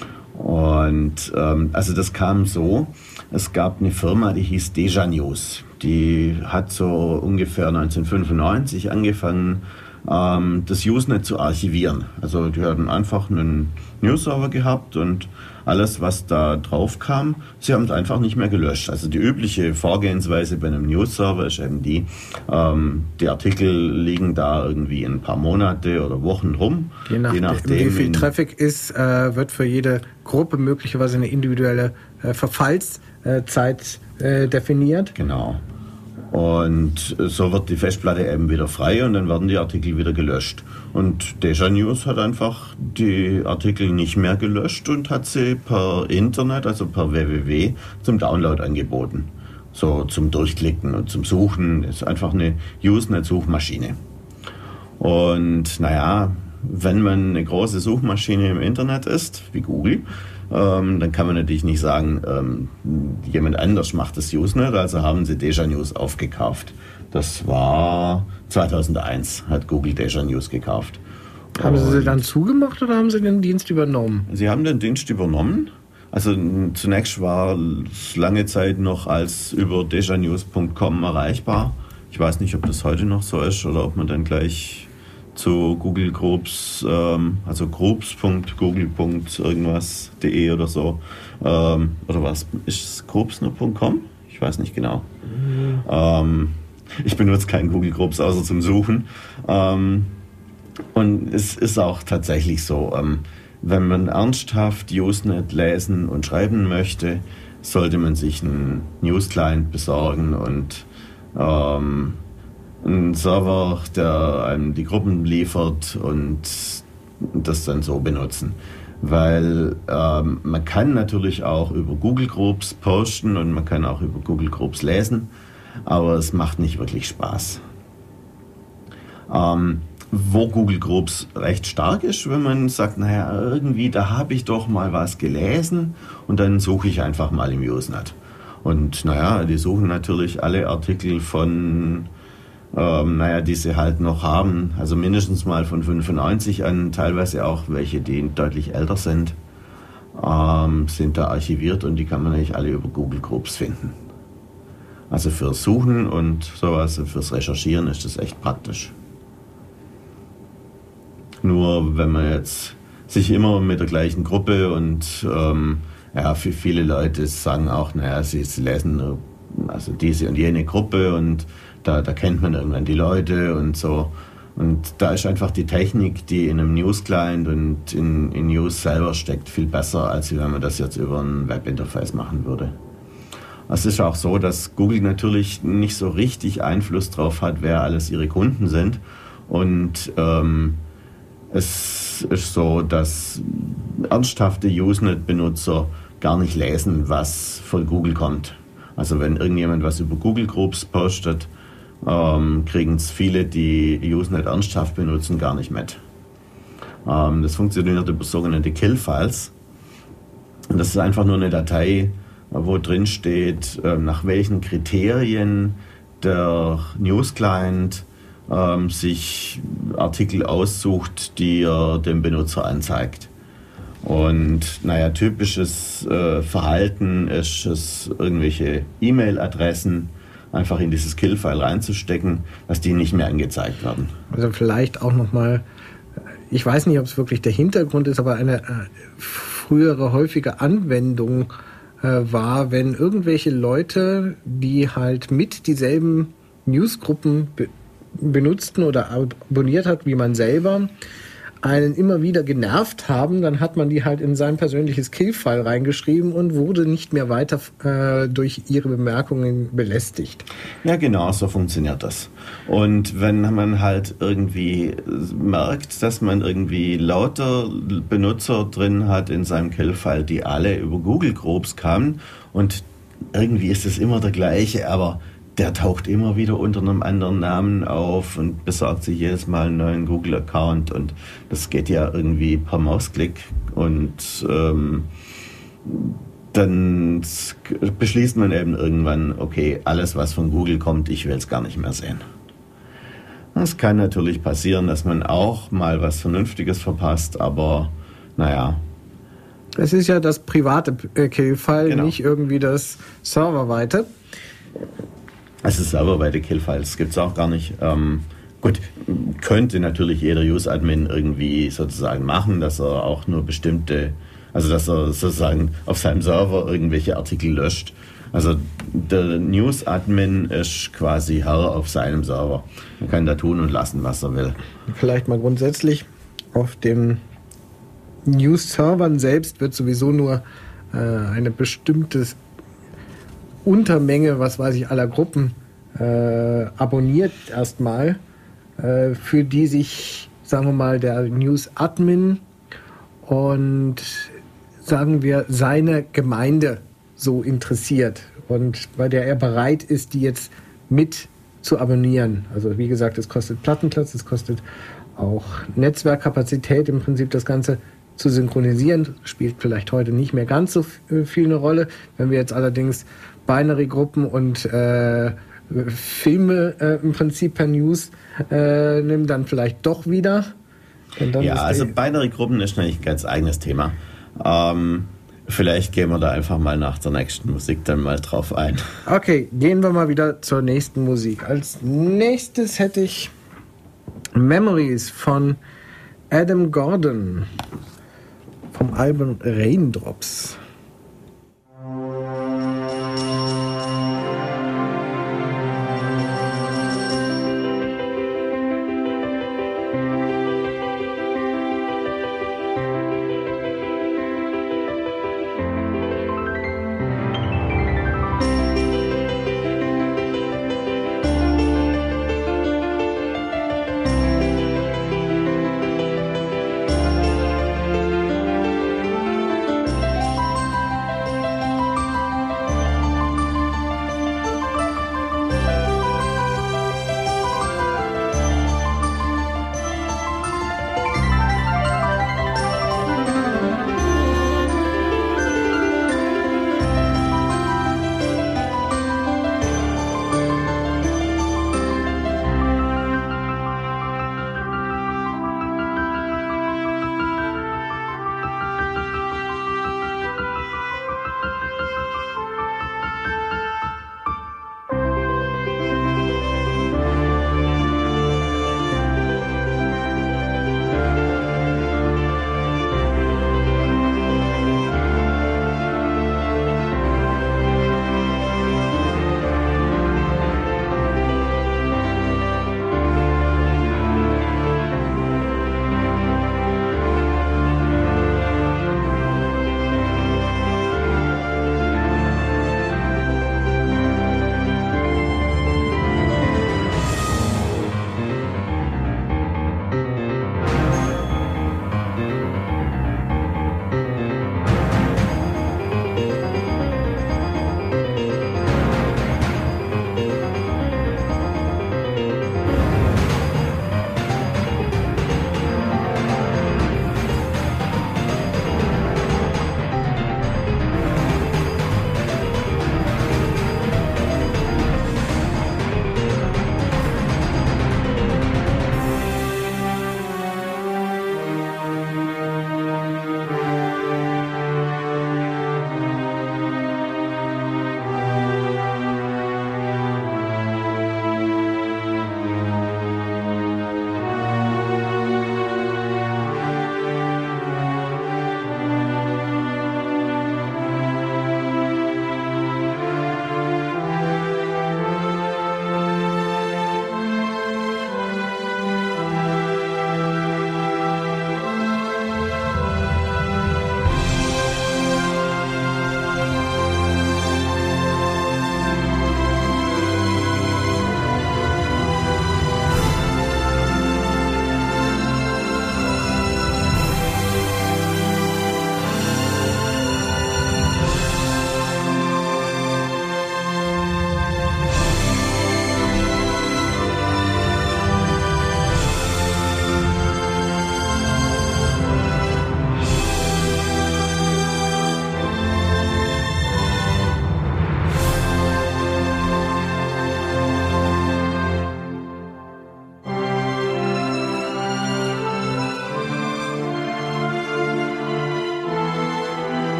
[SPEAKER 2] Und also das kam so, es gab eine Firma, die hieß Deja News. Die hat so ungefähr 1995 angefangen, das Usenet zu archivieren. Also die hatten einfach einen News-Server gehabt und alles, was da drauf kam, sie haben es einfach nicht mehr gelöscht. Also die übliche Vorgehensweise bei einem News-Server ist eben die Artikel liegen da irgendwie ein paar Monate oder Wochen rum.
[SPEAKER 1] Je nachdem wie viel Traffic ist, wird für jede Gruppe möglicherweise eine individuelle Verfallszeit definiert.
[SPEAKER 2] Genau. Und so wird die Festplatte eben wieder frei und dann werden die Artikel wieder gelöscht. Und Deja News hat einfach die Artikel nicht mehr gelöscht und hat sie per Internet, also per www, zum Download angeboten. So zum Durchklicken und zum Suchen. Ist einfach eine Usenet-Suchmaschine. Und naja, wenn man eine große Suchmaschine im Internet ist, wie Google, dann kann man natürlich nicht sagen, jemand anders macht das Usenet, also haben sie Deja News aufgekauft. Das war 2001, hat Google Deja News gekauft.
[SPEAKER 1] Haben Sie dann zugemacht oder haben Sie den Dienst übernommen?
[SPEAKER 2] Sie haben den Dienst übernommen. Also zunächst war es lange Zeit noch als über dejanews.com erreichbar. Ich weiß nicht, ob das heute noch so ist oder ob man dann gleich zu Google Groups, also groups.google.irgendwas.de oder so, oder was, ist es groups nur.com? Ich weiß nicht genau. Ich benutze keinen Google Groups außer zum Suchen. Und es ist auch tatsächlich so, wenn man ernsthaft Usenet lesen und schreiben möchte, sollte man sich einen News-Client besorgen und einen Server, der einem die Gruppen liefert und das dann so benutzen. Weil man kann natürlich auch über Google Groups posten und man kann auch über Google Groups lesen, aber es macht nicht wirklich Spaß. Wo Google Groups recht stark ist, wenn man sagt, naja, irgendwie, da habe ich doch mal was gelesen und dann suche ich einfach mal im Usenet. Und naja, die suchen natürlich alle Artikel von, die sie halt noch haben, also mindestens mal von 95 an, teilweise auch welche, die deutlich älter sind, sind da archiviert und die kann man eigentlich alle über Google Groups finden. Also fürs Suchen und sowas, fürs Recherchieren ist das echt praktisch. Nur wenn man jetzt sich immer mit der gleichen Gruppe und für viele Leute sagen auch, naja, sie lesen also diese und jene Gruppe und da kennt man irgendwann die Leute und so. Und da ist einfach die Technik, die in einem News-Client und in News selber steckt, viel besser, als wenn man das jetzt über ein Webinterface machen würde. Es ist auch so, dass Google natürlich nicht so richtig Einfluss drauf hat, wer alles ihre Kunden sind. Und es ist so, dass ernsthafte Usenet-Benutzer gar nicht lesen, was von Google kommt. Also wenn irgendjemand was über Google Groups postet, kriegen es viele, die Usenet ernsthaft benutzen, gar nicht mit. Das funktioniert über sogenannte Kill-Files. Und das ist einfach nur eine Datei, wo drin steht, nach welchen Kriterien der News-Client sich Artikel aussucht, die er dem Benutzer anzeigt. Und naja, typisches Verhalten ist es, irgendwelche E-Mail-Adressen einfach in dieses Kill-File reinzustecken, dass die nicht mehr angezeigt werden.
[SPEAKER 1] Also vielleicht auch nochmal, ich weiß nicht, ob es wirklich der Hintergrund ist, aber eine frühere häufige Anwendung war, wenn irgendwelche Leute, die halt mit dieselben Newsgruppen benutzten oder abonniert hat wie man selber, einen immer wieder genervt haben, dann hat man die halt in sein persönliches Kill-File reingeschrieben und wurde nicht mehr weiter durch ihre Bemerkungen belästigt.
[SPEAKER 2] Ja, genau, so funktioniert das. Und wenn man halt irgendwie merkt, dass man irgendwie lauter Benutzer drin hat in seinem Kill-File, die alle über Google Groups kamen und irgendwie ist es immer der gleiche, aber der taucht immer wieder unter einem anderen Namen auf und besorgt sich jedes Mal einen neuen Google-Account und das geht ja irgendwie per Mausklick und dann beschließt man eben irgendwann, okay, alles was von Google kommt, ich will es gar nicht mehr sehen. Es kann natürlich passieren, dass man auch mal was Vernünftiges verpasst, aber naja.
[SPEAKER 1] Es ist ja das private Kill-File,
[SPEAKER 2] genau.
[SPEAKER 1] Nicht irgendwie das serverweite.
[SPEAKER 2] Also serverweite Kill-Files gibt es auch gar nicht. Gut, könnte natürlich jeder Use-Admin irgendwie sozusagen machen, dass er auch nur bestimmte, also dass er sozusagen auf seinem Server irgendwelche Artikel löscht. Also der News-Admin ist quasi Herr auf seinem Server. Er kann da tun und lassen, was er will.
[SPEAKER 1] Vielleicht mal grundsätzlich, auf den News-Servern selbst wird sowieso nur eine bestimmte Untermenge, was weiß ich, aller Gruppen abonniert erstmal, für die sich, sagen wir mal, der News-Admin und sagen wir seine Gemeinde so interessiert und bei der er bereit ist, die jetzt mit zu abonnieren. Also wie gesagt, es kostet Plattenplatz, es kostet auch Netzwerkkapazität im Prinzip das Ganze zu synchronisieren. Spielt vielleicht heute nicht mehr ganz so viel eine Rolle. Wenn wir jetzt allerdings Binary-Gruppen und Filme im Prinzip per News nehmen, dann vielleicht doch wieder. Dann
[SPEAKER 2] ja, also Binary-Gruppen ist eigentlich ein ganz eigenes Thema. Vielleicht gehen wir da einfach mal nach der nächsten Musik dann mal drauf ein.
[SPEAKER 1] Okay, gehen wir mal wieder zur nächsten Musik. Als nächstes hätte ich Memories von Adam Gordon vom Album Raindrops.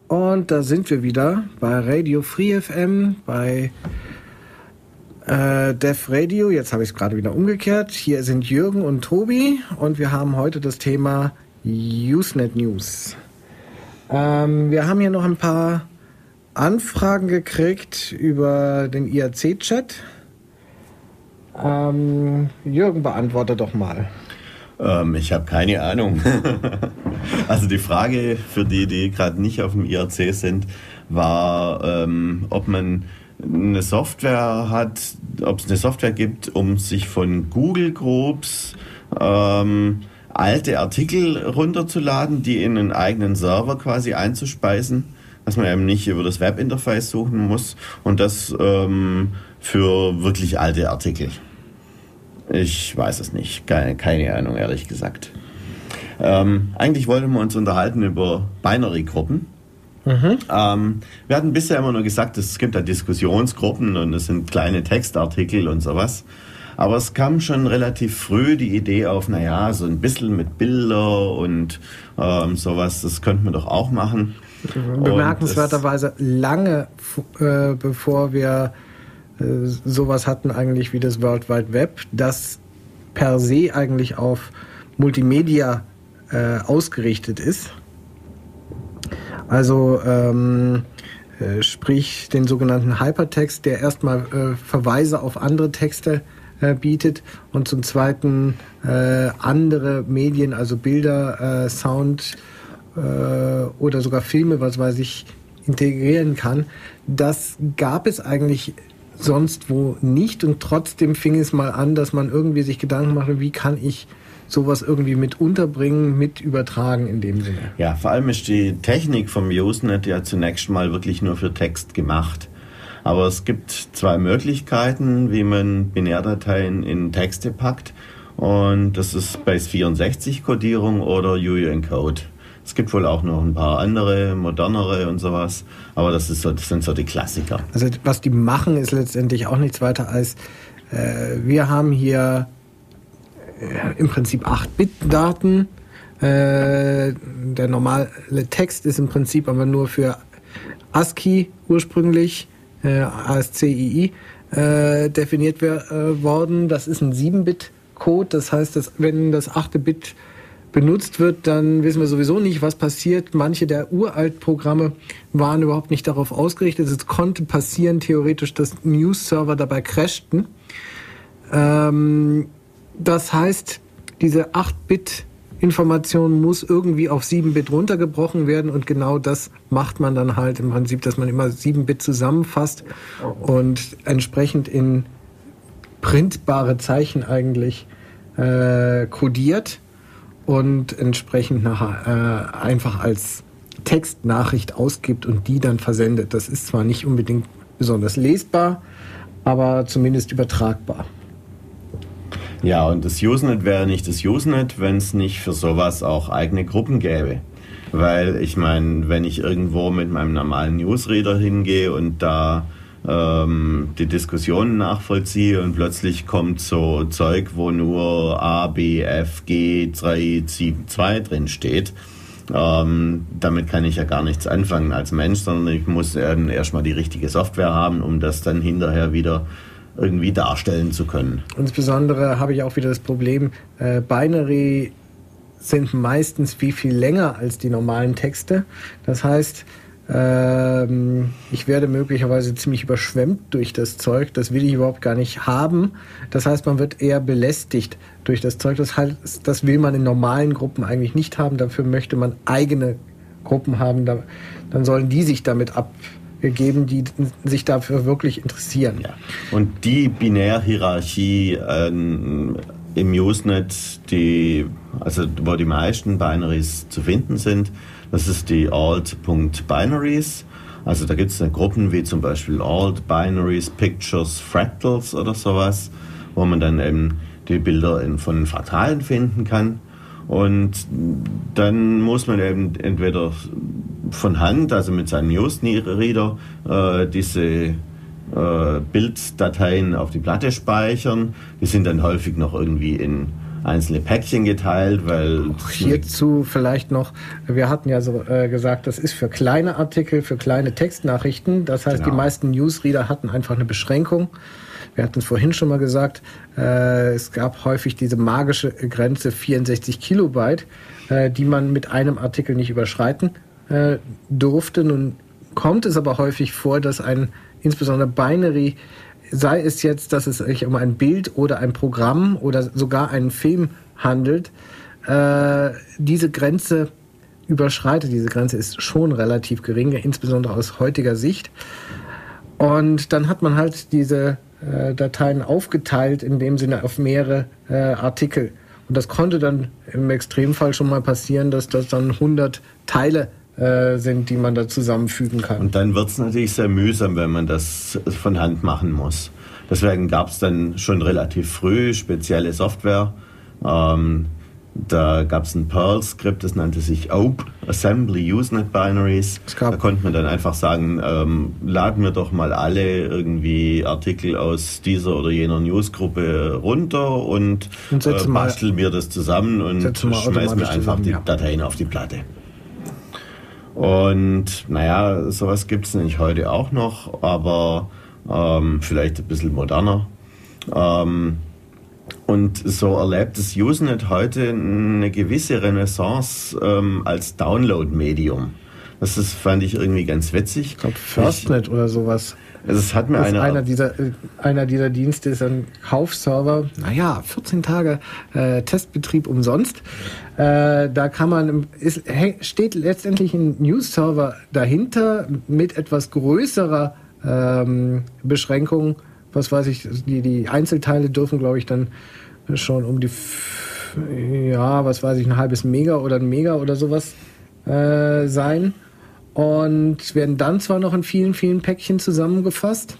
[SPEAKER 1] Und da sind wir wieder bei Radio Free FM, bei Def Radio. Jetzt habe ich es gerade wieder umgekehrt. Hier sind Jürgen und Tobi und wir haben heute das Thema Usenet News. Wir haben hier noch ein paar Anfragen gekriegt über den IRC-Chat. Jürgen, beantworte doch mal.
[SPEAKER 2] Ich habe keine Ahnung. Also die Frage für die gerade nicht auf dem IRC sind, war, ob man eine Software hat, ob es eine Software gibt, um sich von Google Groups alte Artikel runterzuladen, die in einen eigenen Server quasi einzuspeisen, dass man eben nicht über das Webinterface suchen muss und das für wirklich alte Artikel. Ich weiß es nicht, keine Ahnung, ehrlich gesagt. Eigentlich wollten wir uns unterhalten über Binary-Gruppen. Wir hatten bisher immer nur gesagt, es gibt da Diskussionsgruppen und es sind kleine Textartikel und sowas. Aber es kam schon relativ früh die Idee auf, naja, so ein bisschen mit Bilder und sowas, das könnte man doch auch machen.
[SPEAKER 1] Bemerkenswerterweise lange bevor wir sowas hatten eigentlich wie das World Wide Web, das per se eigentlich auf Multimedia ausgerichtet ist. Also sprich den sogenannten Hypertext, der erstmal Verweise auf andere Texte bietet und zum Zweiten andere Medien, also Bilder, Sound oder sogar Filme, was weiß ich, integrieren kann. Das gab es eigentlich sonst wo nicht und trotzdem fing es mal an, dass man irgendwie sich Gedanken machte, wie kann ich sowas irgendwie mit unterbringen, mit übertragen in dem Sinne.
[SPEAKER 2] Ja, vor allem ist die Technik vom Usenet ja zunächst mal wirklich nur für Text gemacht. Aber es gibt zwei Möglichkeiten, wie man Binärdateien in Texte packt und das ist Base64-Kodierung oder UU-Encode. Es gibt wohl auch noch ein paar andere, modernere und sowas, aber das sind so die Klassiker.
[SPEAKER 1] Also was die machen, ist letztendlich auch nichts weiter als, wir haben hier im Prinzip 8-Bit-Daten. Der normale Text ist im Prinzip aber nur für ASCII ursprünglich, ASCII, definiert worden. Das ist ein 7-Bit-Code, das heißt, dass wenn das 8. Bit benutzt wird, dann wissen wir sowieso nicht, was passiert. Manche der Uralt-Programme waren überhaupt nicht darauf ausgerichtet. Es konnte passieren, theoretisch, dass News-Server dabei crashten. Das heißt, diese 8-Bit-Information muss irgendwie auf 7-Bit runtergebrochen werden und genau das macht man dann halt im Prinzip, dass man immer 7-Bit zusammenfasst und entsprechend in printbare Zeichen eigentlich kodiert und entsprechend nachher einfach als Textnachricht ausgibt und die dann versendet. Das ist zwar nicht unbedingt besonders lesbar, aber zumindest übertragbar.
[SPEAKER 2] Ja, und das Usenet wäre nicht das Usenet, wenn es nicht für sowas auch eigene Gruppen gäbe. Weil ich meine, wenn ich irgendwo mit meinem normalen Newsreader hingehe und da die Diskussionen nachvollziehe und plötzlich kommt so Zeug, wo nur A, B, F, G, 3, 7, 2 drin steht, damit kann ich ja gar nichts anfangen als Mensch, sondern ich muss erstmal die richtige Software haben, um das dann hinterher wieder irgendwie darstellen zu können.
[SPEAKER 1] Insbesondere habe ich auch wieder das Problem, Binary sind meistens viel länger als die normalen Texte. Das heißt, ich werde möglicherweise ziemlich überschwemmt durch das Zeug. Das will ich überhaupt gar nicht haben. Das heißt, man wird eher belästigt durch das Zeug. Das will man in normalen Gruppen eigentlich nicht haben. Dafür möchte man eigene Gruppen haben. Dann sollen die sich damit abgeben, die sich dafür wirklich interessieren.
[SPEAKER 2] Ja. Und die Binärhierarchie im Usenet, wo die meisten Binaries zu finden sind, das ist die Alt.Binaries. Also da gibt es Gruppen wie zum Beispiel Alt, Binaries, Pictures, Fractals oder sowas, wo man dann eben die Bilder von Fraktalen finden kann. Und dann muss man eben entweder von Hand, also mit seinem Newsreader, diese Bilddateien auf die Platte speichern. Die sind dann häufig noch irgendwie in einzelne Päckchen geteilt, weil...
[SPEAKER 1] Hierzu vielleicht noch, wir hatten ja so gesagt, das ist für kleine Artikel, für kleine Textnachrichten. Das heißt, Die meisten Newsreader hatten einfach eine Beschränkung. Wir hatten es vorhin schon mal gesagt, es gab häufig diese magische Grenze 64 Kilobyte, die man mit einem Artikel nicht überschreiten durfte. Nun kommt es aber häufig vor, dass insbesondere Binary, sei es jetzt, dass es sich um ein Bild oder ein Programm oder sogar einen Film handelt, diese Grenze überschreitet. Diese Grenze ist schon relativ gering, insbesondere aus heutiger Sicht. Und dann hat man halt diese Dateien aufgeteilt, in dem Sinne auf mehrere Artikel. Und das konnte dann im Extremfall schon mal passieren, dass das dann 100 Teile sind, die man da zusammenfügen kann.
[SPEAKER 2] Und dann wird es natürlich sehr mühsam, wenn man das von Hand machen muss. Deswegen gab es dann schon relativ früh spezielle Software. Da gab es ein Perl-Skript, das nannte sich OPE, Assembly Usenet Binaries. Da konnte man dann einfach sagen, laden wir doch mal alle irgendwie Artikel aus dieser oder jener Newsgruppe runter und basteln wir das zusammen und schmeißen wir einfach die Dateien auf die Platte. Und naja, sowas gibt es nämlich heute auch noch, aber vielleicht ein bisschen moderner. Und so erlebt das Usenet heute eine gewisse Renaissance als Download-Medium. Fand ich irgendwie ganz witzig.
[SPEAKER 1] Ich glaube, FirstNet oder sowas.
[SPEAKER 2] Es hat mir
[SPEAKER 1] einer dieser Dienste ist ein Kaufserver. 14 Tage Testbetrieb umsonst. Da kann man, steht letztendlich ein News-Server dahinter mit etwas größerer Beschränkung. Was weiß ich, die Einzelteile dürfen, glaube ich, dann schon um die, ein halbes Mega oder ein Mega oder sowas sein. Und werden dann zwar noch in vielen, vielen Päckchen zusammengefasst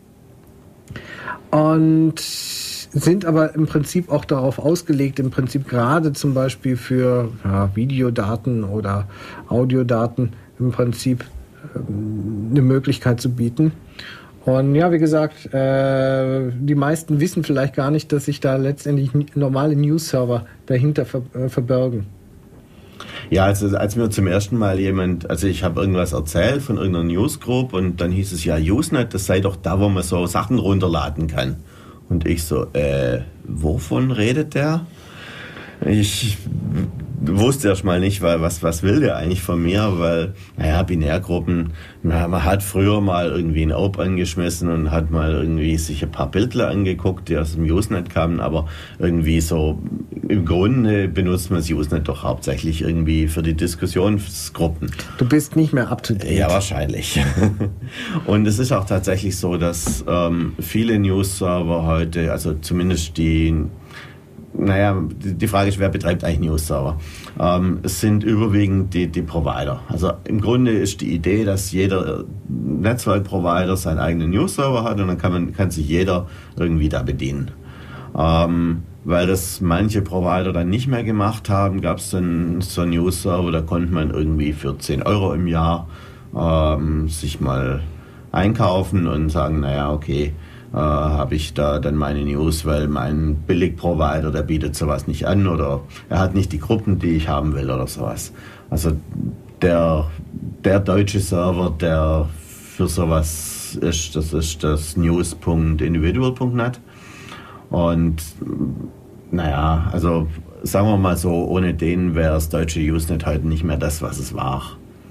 [SPEAKER 1] und sind aber im Prinzip auch darauf ausgelegt, im Prinzip gerade zum Beispiel für Videodaten oder Audiodaten im Prinzip eine Möglichkeit zu bieten. Und ja, wie gesagt, die meisten wissen vielleicht gar nicht, dass sich da letztendlich normale News-Server dahinter verbergen.
[SPEAKER 2] Ja, als mir zum ersten Mal ich habe irgendwas erzählt von irgendeiner Newsgroup und dann hieß es ja, Usenet, das sei doch da, wo man so Sachen runterladen kann. Und ich so, wovon redet der? Ich wusste erst mal nicht, weil was will der eigentlich von mir, weil, Binärgruppen, man hat früher mal irgendwie ein OPE angeschmissen und hat mal irgendwie sich ein paar Bildler angeguckt, die aus dem Usenet kamen, aber irgendwie so, im Grunde benutzt man das Usenet doch hauptsächlich irgendwie für die Diskussionsgruppen.
[SPEAKER 1] Du bist nicht mehr up to date.
[SPEAKER 2] Ja, wahrscheinlich. Und es ist auch tatsächlich so, dass viele News-Server heute, also zumindest die Frage ist, wer betreibt eigentlich News-Server? Es sind überwiegend die Provider. Also im Grunde ist die Idee, dass jeder Netzwerkprovider seinen eigenen News-Server hat und dann kann sich jeder irgendwie da bedienen. Weil das manche Provider dann nicht mehr gemacht haben, gab es dann so einen News-Server, da konnte man irgendwie für 10 Euro im Jahr sich mal einkaufen und sagen, habe ich da dann meine News, weil mein Billigprovider, der bietet sowas nicht an oder er hat nicht die Gruppen, die ich haben will oder sowas. Also der deutsche Server, der für sowas ist, das ist das news.individual.net und also sagen wir mal so, ohne den wäre das deutsche Usenet heute nicht mehr das, was es war.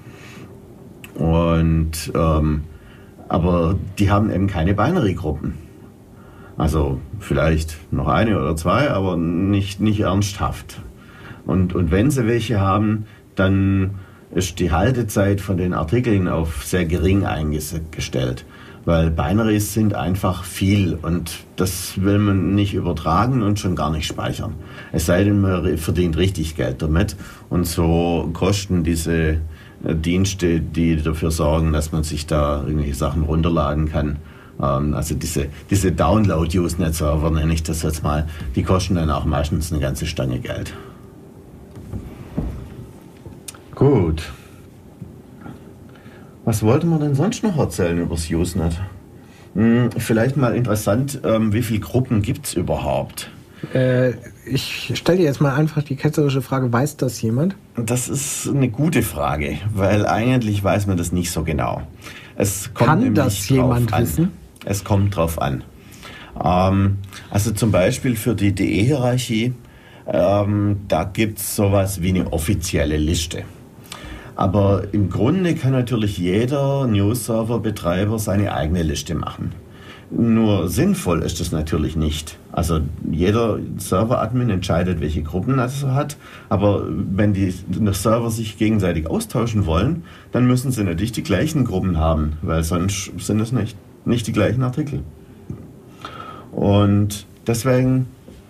[SPEAKER 2] Und aber die haben eben keine Binary-Gruppen. Also vielleicht noch eine oder zwei, aber nicht ernsthaft. Und wenn sie welche haben, dann ist die Haltezeit von den Artikeln auf sehr gering eingestellt. Weil Binaries sind einfach viel und das will man nicht übertragen und schon gar nicht speichern. Es sei denn, man verdient richtig Geld damit. Und so kosten diese Dienste, die dafür sorgen, dass man sich da irgendwelche Sachen runterladen kann. Also diese Download-Usenet-Server, nenne ich das jetzt mal, die kosten dann auch meistens eine ganze Stange Geld. Gut. Was wollte man denn sonst noch erzählen über das Usenet? Vielleicht mal interessant, wie viele Gruppen gibt es überhaupt?
[SPEAKER 1] Ich stelle dir jetzt mal einfach die ketzerische Frage, weiß das jemand?
[SPEAKER 2] Das ist eine gute Frage, weil eigentlich weiß man das nicht so genau. Es kommt
[SPEAKER 1] Kann das jemand wissen?
[SPEAKER 2] Es kommt drauf an. Also zum Beispiel für die DE-Hierarchie, da gibt es sowas wie eine offizielle Liste. Aber im Grunde kann natürlich jeder News-Server-Betreiber seine eigene Liste machen. Nur sinnvoll ist das natürlich nicht. Also jeder Server-Admin entscheidet, welche Gruppen er hat, aber wenn die Server sich gegenseitig austauschen wollen, dann müssen sie natürlich die gleichen Gruppen haben, weil sonst sind es nicht die gleichen Artikel. Und deswegen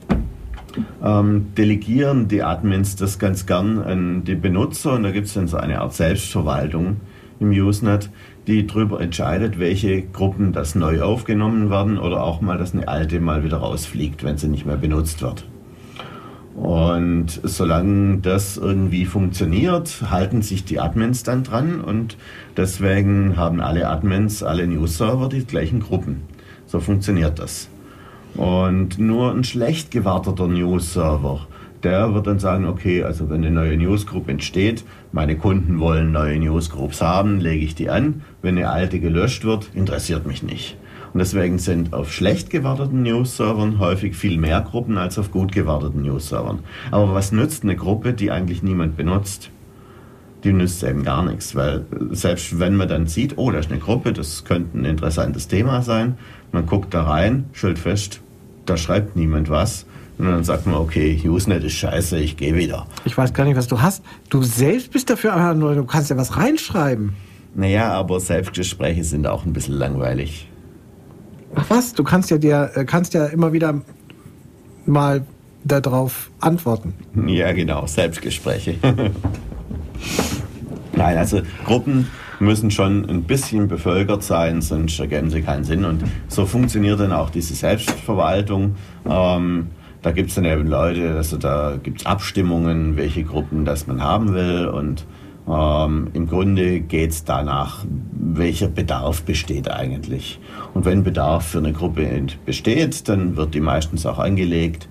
[SPEAKER 2] delegieren die Admins das ganz gern an die Benutzer und da gibt es dann so eine Art Selbstverwaltung im Usenet, die darüber entscheidet, welche Gruppen das neu aufgenommen werden oder auch mal, dass eine alte mal wieder rausfliegt, wenn sie nicht mehr benutzt wird. Und solange das irgendwie funktioniert, halten sich die Admins dann dran und deswegen haben alle Admins, alle News-Server die gleichen Gruppen. So funktioniert das. Und nur ein schlecht gewarteter News-Server, der wird dann sagen, okay, also wenn eine neue Newsgroup entsteht, meine Kunden wollen neue Newsgroups haben, lege ich die an. Wenn eine alte gelöscht wird, interessiert mich nicht. Und deswegen sind auf schlecht gewarteten News-Servern häufig viel mehr Gruppen als auf gut gewarteten News-Servern. Aber was nützt eine Gruppe, die eigentlich niemand benutzt? Die nützt eben gar nichts, weil selbst wenn man dann sieht, oh, da ist eine Gruppe, das könnte ein interessantes Thema sein, man guckt da rein, stellt fest, da schreibt niemand was. Und dann sagt man, okay, Usenet ist scheiße, ich gehe wieder.
[SPEAKER 1] Ich weiß gar nicht, was du hast. Du selbst bist dafür, aber du kannst ja was reinschreiben.
[SPEAKER 2] Naja, aber Selbstgespräche sind auch ein bisschen langweilig.
[SPEAKER 1] Ach was, du kannst ja immer wieder mal darauf antworten.
[SPEAKER 2] Ja, genau, Selbstgespräche. Nein, also Gruppen müssen schon ein bisschen bevölkert sein, sonst ergeben sie keinen Sinn. Und so funktioniert dann auch diese Selbstverwaltung. Da gibt es dann eben Leute, also da gibt es Abstimmungen, welche Gruppen das man haben will. Und im Grunde geht es danach, welcher Bedarf besteht eigentlich. Und wenn Bedarf für eine Gruppe besteht, dann wird die meistens auch angelegt.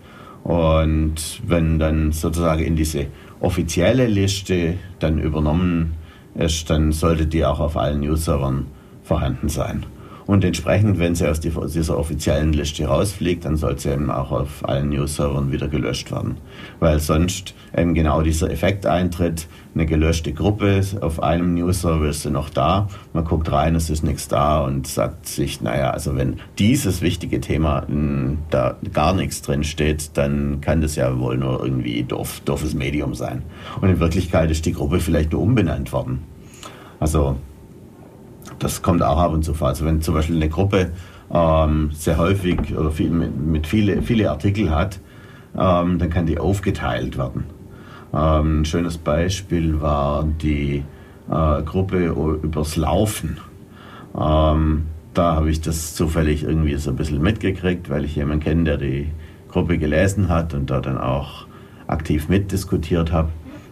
[SPEAKER 2] Und wenn dann sozusagen in diese offizielle Liste dann übernommen ist, dann sollte die auch auf allen News-Servern vorhanden sein. Und entsprechend, wenn sie aus dieser offiziellen Liste rausfliegt, dann soll sie eben auch auf allen News-Servern wieder gelöscht werden. Weil sonst eben genau dieser Effekt eintritt, eine gelöschte Gruppe, auf einem News-Server ist sie noch da, man guckt rein, es ist nichts da und sagt sich, naja, also wenn dieses wichtige Thema da gar nichts drin steht, dann kann das ja wohl nur irgendwie doofes Medium sein. Und in Wirklichkeit ist die Gruppe vielleicht nur umbenannt worden. Also das kommt auch ab und zu vor. Also wenn zum Beispiel eine Gruppe sehr häufig oder viele Artikel hat, dann kann die aufgeteilt werden. Ein schönes Beispiel war die Gruppe übers Laufen. Da habe ich das zufällig irgendwie so ein bisschen mitgekriegt, weil ich jemanden kenne, der die Gruppe gelesen hat und da dann auch aktiv mitdiskutiert hat.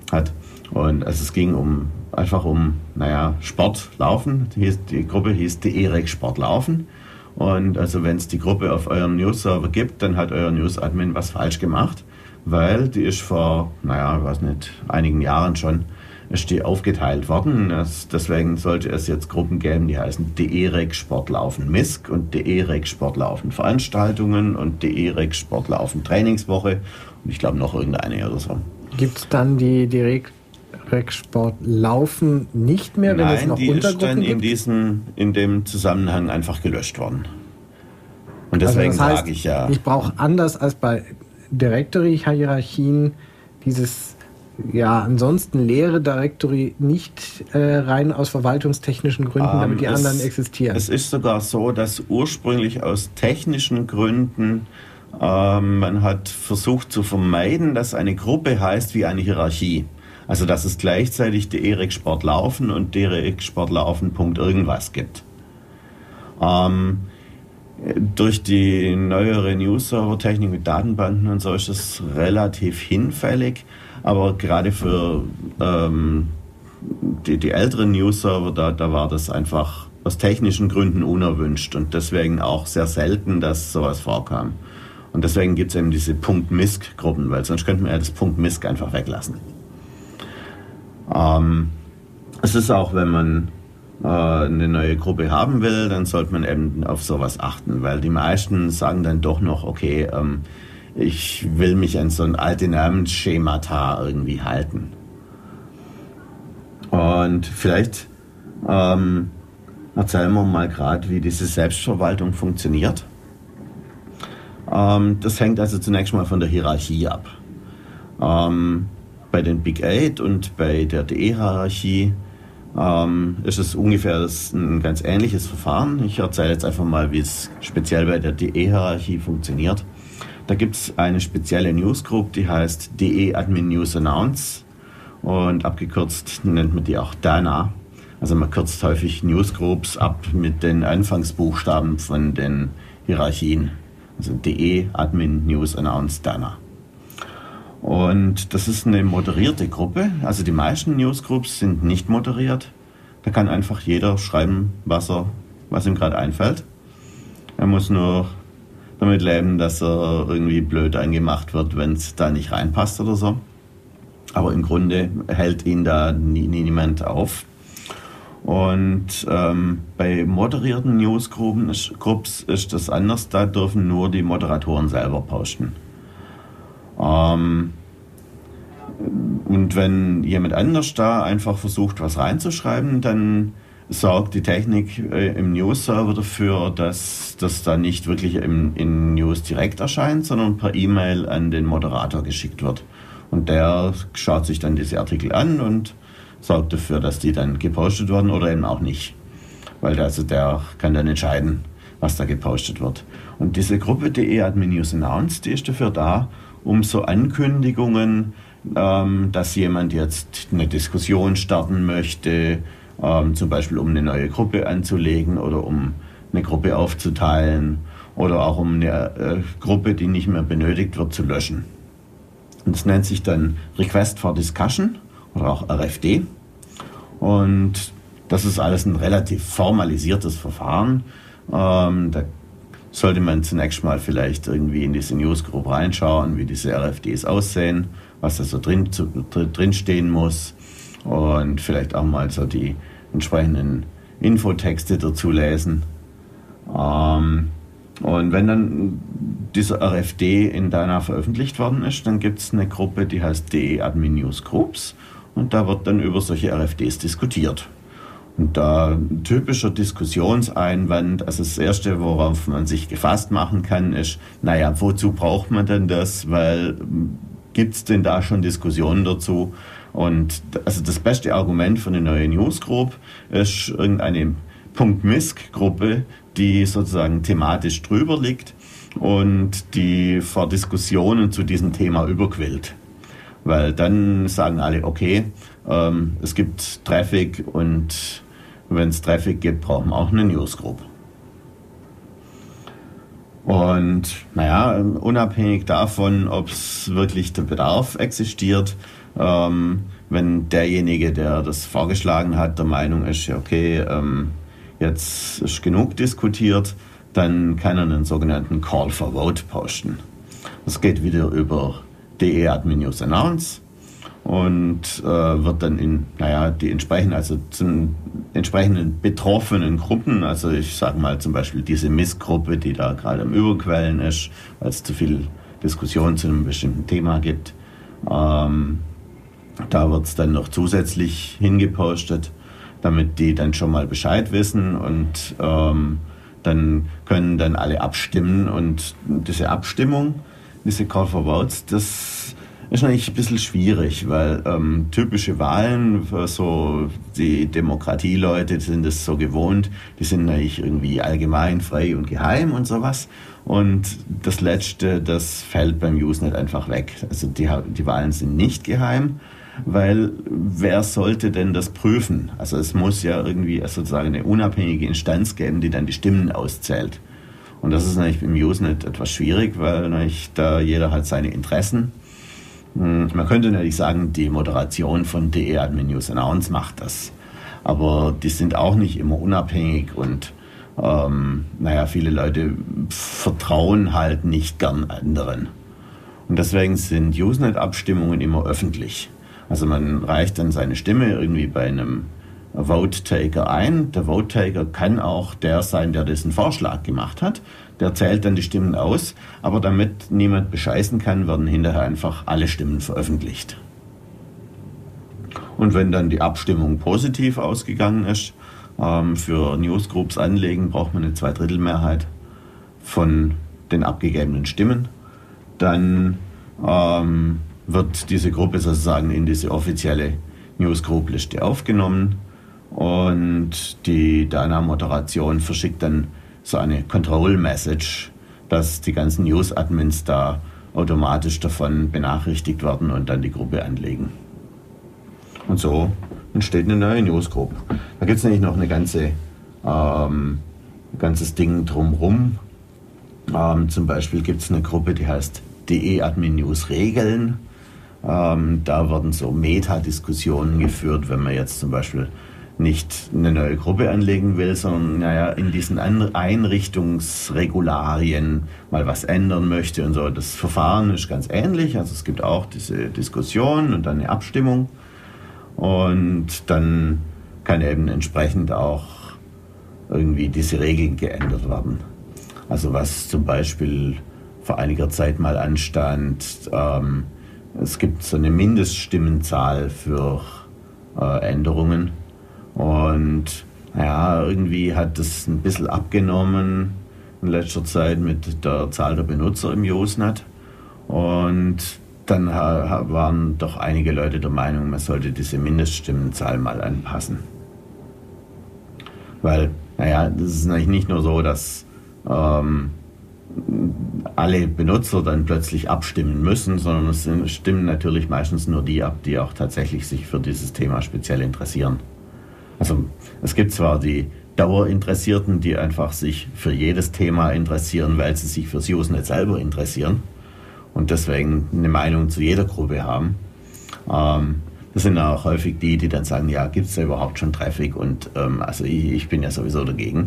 [SPEAKER 2] Und also es ging einfach um Sport, Laufen. Die Gruppe hieß DE-Reg Sport Laufen. Und also wenn es die Gruppe auf eurem News-Server gibt, dann hat euer News-Admin was falsch gemacht, weil die ist vor, einigen Jahren schon, ist die aufgeteilt worden. Deswegen sollte es jetzt Gruppen geben, die heißen DE-Reg Sport Laufen MISC und DE-Reg Sport Laufen Veranstaltungen und DE-Reg Sport Laufen Trainingswoche und ich glaube noch irgendeine oder so.
[SPEAKER 1] Gibt es dann die Reg-Sport Laufen nicht mehr, wenn es noch Untergruppen gibt?
[SPEAKER 2] Nein, die ist dann in dem Zusammenhang einfach gelöscht worden. Und deswegen
[SPEAKER 1] also das heißt,
[SPEAKER 2] sage ich ja...
[SPEAKER 1] Ich brauche anders als bei Directory-Hierarchien dieses ansonsten leere Directory nicht rein aus verwaltungstechnischen Gründen, damit die anderen existieren.
[SPEAKER 2] Es ist sogar so, dass ursprünglich aus technischen Gründen man hat versucht zu vermeiden, dass eine Gruppe heißt wie eine Hierarchie. Also dass es gleichzeitig DE-Reg Sport Laufen und DE-Reg Sport Laufen Punkt irgendwas gibt. Durch die neuere News-Server-Technik mit Datenbanken und so ist das relativ hinfällig. Aber gerade für die älteren News-Server, da war das einfach aus technischen Gründen unerwünscht und deswegen auch sehr selten, dass sowas vorkam. Und deswegen gibt es eben diese .misc-Gruppen, weil sonst könnte man ja das .misc einfach weglassen. Es ist auch, wenn man eine neue Gruppe haben will, dann sollte man eben auf sowas achten, weil die meisten sagen dann doch noch, okay, ich will mich an so ein alte Namensschemata irgendwie halten. Und vielleicht erzählen wir mal gerade, wie diese Selbstverwaltung funktioniert. Das hängt also zunächst mal von der Hierarchie ab. Bei den Big 8 und bei der DE-Hierarchie ist es ungefähr ein ganz ähnliches Verfahren. Ich erzähle jetzt einfach mal, wie es speziell bei der DE-Hierarchie funktioniert. Da gibt es eine spezielle Newsgroup, die heißt DE Admin News Announce und abgekürzt nennt man die auch DANA. Also man kürzt häufig Newsgroups ab mit den Anfangsbuchstaben von den Hierarchien. Also DE Admin News Announce DANA. Und das ist eine moderierte Gruppe. Also die meisten Newsgroups sind nicht moderiert. Da kann einfach jeder schreiben, was ihm gerade einfällt. Er muss nur damit leben, dass er irgendwie blöd eingemacht wird, wenn es da nicht reinpasst oder so. Aber im Grunde hält ihn da niemand auf. Und bei moderierten Newsgroups ist das anders. Da dürfen nur die Moderatoren selber posten. Und wenn jemand anders da einfach versucht, was reinzuschreiben, dann sorgt die Technik im News-Server dafür, dass das dann nicht wirklich in News direkt erscheint, sondern per E-Mail an den Moderator geschickt wird. Und der schaut sich dann diese Artikel an und sorgt dafür, dass die dann gepostet werden oder eben auch nicht. Weil der kann dann entscheiden, was da gepostet wird. Und diese Gruppe DE Admin News Announce, die ist dafür da, um so Ankündigungen, dass jemand jetzt eine Diskussion starten möchte, zum Beispiel um eine neue Gruppe anzulegen oder um eine Gruppe aufzuteilen oder auch um eine Gruppe, die nicht mehr benötigt wird, zu löschen. Und das nennt sich dann Request for Discussion oder auch RFD. Und das ist alles ein relativ formalisiertes Verfahren. Da sollte man zunächst mal vielleicht irgendwie in diese Newsgroup reinschauen, wie diese RFDs aussehen, was da so drin stehen muss und vielleicht auch mal so die entsprechenden Infotexte dazu lesen. Und wenn dann dieser RFD in DANA veröffentlicht worden ist, dann gibt es eine Gruppe, die heißt DE Admin News Groups und da wird dann über solche RFDs diskutiert. Und da ein typischer Diskussionseinwand, also das Erste, worauf man sich gefasst machen kann, ist, naja, wozu braucht man denn das? Weil gibt es denn da schon Diskussionen dazu? Und also das beste Argument für eine neue Newsgroup ist irgendeine .misc-Gruppe, die sozusagen thematisch drüber liegt und die vor Diskussionen zu diesem Thema überquillt. Weil dann sagen alle, okay, es gibt Traffic und wenn es Traffic gibt, brauchen wir auch eine Newsgroup. Und naja, unabhängig davon, ob es wirklich der Bedarf existiert, wenn derjenige, der das vorgeschlagen hat, der Meinung ist, okay, jetzt ist genug diskutiert, dann kann er einen sogenannten Call for Vote posten. Das geht wieder über DE Admin News Announce und wird dann die entsprechenden betroffenen Gruppen, also ich sage mal zum Beispiel diese MIS-Gruppe, die da gerade am Überquellen ist, weil es zu viel Diskussion zu einem bestimmten Thema gibt, da wird es dann noch zusätzlich hingepostet, damit die dann schon mal Bescheid wissen und dann können dann alle abstimmen und diese Abstimmung, diese Call for Votes, das ist eigentlich ein bisschen schwierig, weil typische Wahlen für so die Demokratieleute, die sind das so gewohnt, die sind eigentlich irgendwie allgemein, frei und geheim und sowas. Und das Letzte, das fällt beim Usenet einfach weg. Also die Wahlen sind nicht geheim, weil wer sollte denn das prüfen? Also es muss ja irgendwie sozusagen eine unabhängige Instanz geben, die dann die Stimmen auszählt. Und das ist natürlich im Usenet etwas schwierig, weil natürlich da jeder hat seine Interessen. Man könnte natürlich sagen, die Moderation von DE Admin News Announce macht das. Aber die sind auch nicht immer unabhängig und viele Leute vertrauen halt nicht gern anderen. Und deswegen sind Usenet-Abstimmungen immer öffentlich. Also man reicht dann seine Stimme irgendwie bei einem Vote-Taker ein. Der Vote-Taker kann auch der sein, der diesen Vorschlag gemacht hat. Der zählt dann die Stimmen aus. Aber damit niemand bescheißen kann, werden hinterher einfach alle Stimmen veröffentlicht. Und wenn dann die Abstimmung positiv ausgegangen ist, für Newsgroups anlegen, braucht man eine Zweidrittelmehrheit von den abgegebenen Stimmen. Dann wird diese Gruppe sozusagen in diese offizielle Newsgroup-Liste aufgenommen und die Dana-Moderation verschickt dann so eine Control-Message, dass die ganzen News-Admins da automatisch davon benachrichtigt werden und dann die Gruppe anlegen. Und so entsteht eine neue Newsgroup. Da gibt es nämlich noch eine ganzes Ding drumherum. Zum Beispiel gibt es eine Gruppe, die heißt DE-Admin News Regeln. Da werden so Meta-Diskussionen geführt, wenn man jetzt zum Beispiel nicht eine neue Gruppe anlegen will, sondern in diesen Einrichtungsregularien mal was ändern möchte und so. Das Verfahren ist ganz ähnlich, also es gibt auch diese Diskussion und dann eine Abstimmung und dann kann eben entsprechend auch irgendwie diese Regeln geändert werden. Also was zum Beispiel vor einiger Zeit mal anstand, es gibt so eine Mindeststimmenzahl für Änderungen und irgendwie hat das ein bisschen abgenommen in letzter Zeit mit der Zahl der Benutzer im Usenet und dann waren doch einige Leute der Meinung, man sollte diese Mindeststimmenzahl mal anpassen. Weil, das ist natürlich nicht nur so, dass alle Benutzer dann plötzlich abstimmen müssen, sondern es stimmen natürlich meistens nur die ab, die auch tatsächlich sich für dieses Thema speziell interessieren. Also es gibt zwar die Dauerinteressierten, die einfach sich für jedes Thema interessieren, weil sie sich fürs Usenet selber interessieren und deswegen eine Meinung zu jeder Gruppe haben. Das sind auch häufig die dann sagen, ja, gibt es da überhaupt schon Traffic und also ich bin ja sowieso dagegen.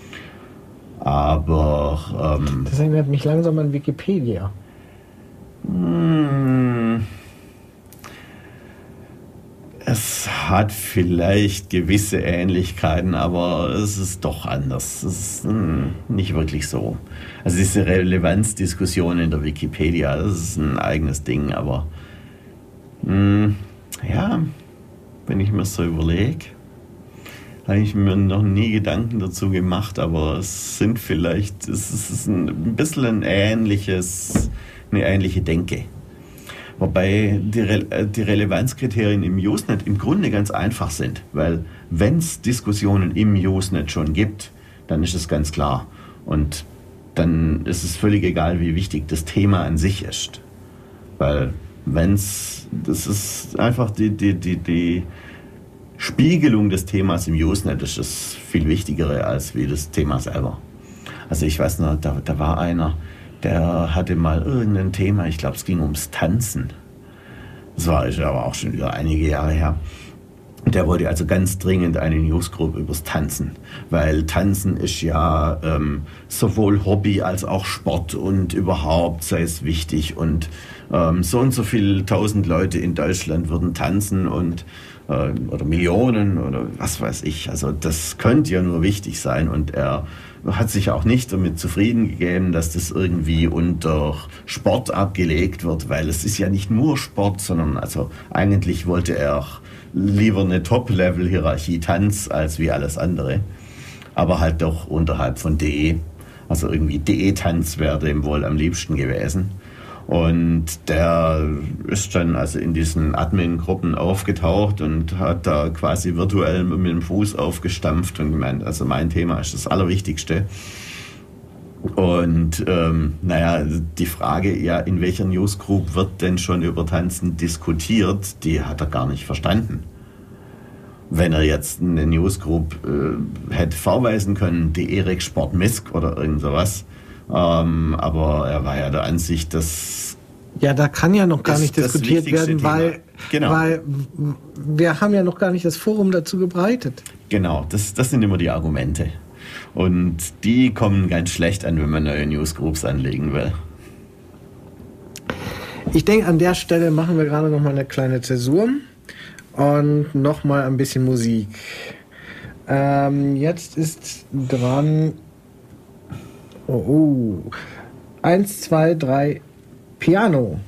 [SPEAKER 2] Aber
[SPEAKER 1] das erinnert mich langsam an Wikipedia.
[SPEAKER 2] Es hat vielleicht gewisse Ähnlichkeiten, aber es ist doch anders. Es ist nicht wirklich so. Also diese Relevanzdiskussion in der Wikipedia, das ist ein eigenes Ding, aber wenn ich mir so überlege, habe ich mir noch nie Gedanken dazu gemacht, aber es ist ein bisschen eine ähnliche Denke. Wobei die Relevanzkriterien im Usenet im Grunde ganz einfach sind, weil wenn es Diskussionen im Usenet schon gibt, dann ist es ganz klar. Und dann ist es völlig egal, wie wichtig das Thema an sich ist. Weil das ist einfach die Spiegelung des Themas im Usenet ist das viel Wichtigere als wie das Thema selber. Also ich weiß noch, da war einer, der hatte mal irgendein Thema, ich glaube es ging ums Tanzen. Das war aber auch schon wieder einige Jahre her. Der wollte also ganz dringend eine Newsgroup übers Tanzen, weil Tanzen ist ja sowohl Hobby als auch Sport und überhaupt sei es wichtig und so und so viele 1000 Leute in Deutschland würden tanzen und oder Millionen oder was weiß ich. Also das könnte ja nur wichtig sein und er hat sich auch nicht damit zufrieden gegeben, dass das irgendwie unter Sport abgelegt wird, weil es ist ja nicht nur Sport, sondern also eigentlich wollte er lieber eine Top-Level-Hierarchie Tanz als wie alles andere, aber halt doch unterhalb von DE. Also irgendwie DE-Tanz wäre dem wohl am liebsten gewesen. Und der ist dann also in diesen Admin-Gruppen aufgetaucht und hat da quasi virtuell mit dem Fuß aufgestampft und gemeint, also mein Thema ist das Allerwichtigste. Und die Frage, ja, in welcher Newsgroup wird denn schon über Tanzen diskutiert, die hat er gar nicht verstanden. Wenn er jetzt eine Newsgroup hätte vorweisen können, die Erik Sport Misk oder irgend sowas, aber er war ja der Ansicht, dass...
[SPEAKER 1] Ja, da kann ja noch gar nicht diskutiert werden, weil wir haben ja noch gar nicht das Forum dazu gebreitet.
[SPEAKER 2] Genau, das sind immer die Argumente. Und die kommen ganz schlecht an, wenn man neue Newsgroups anlegen will.
[SPEAKER 1] Ich denke, an der Stelle machen wir gerade noch mal eine kleine Zäsur und noch mal ein bisschen Musik. Jetzt ist dran 1, 2, 3 Piano.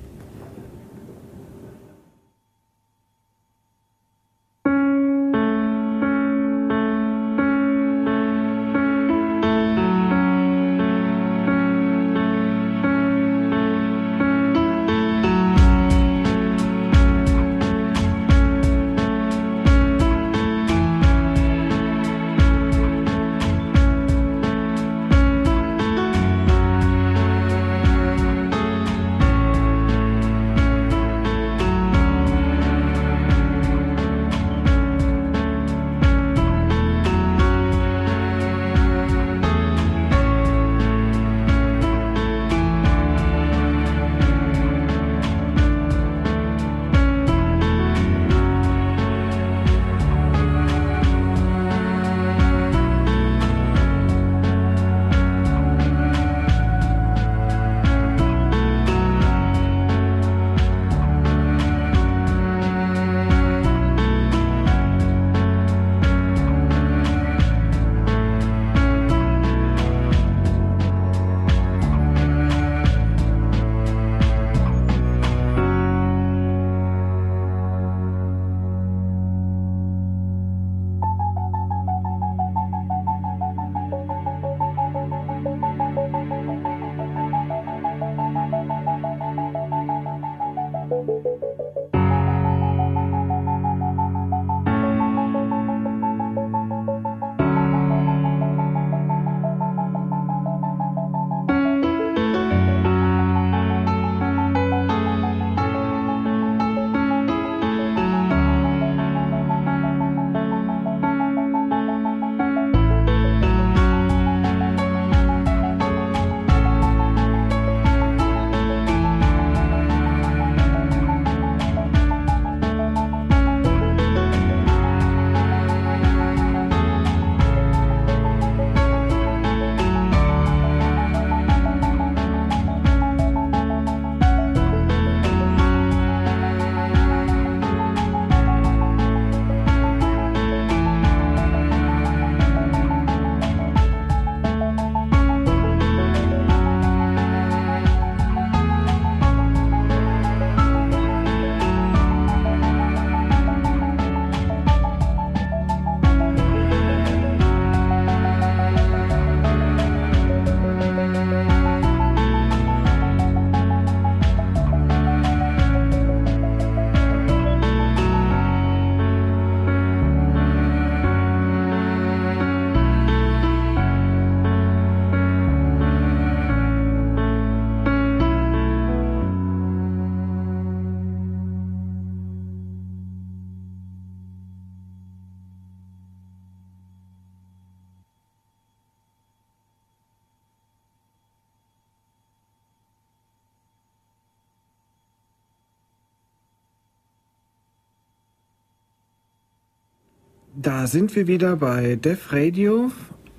[SPEAKER 1] Da sind wir wieder bei Def Radio.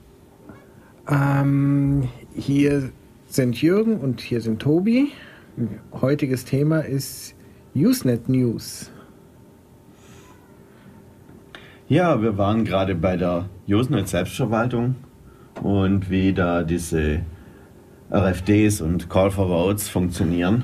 [SPEAKER 1] Hier sind Jürgen und hier sind Tobi. Heutiges Thema ist Usenet News.
[SPEAKER 2] Ja, wir waren gerade bei der Usenet Selbstverwaltung und wie da diese RFDs und Call for Votes funktionieren.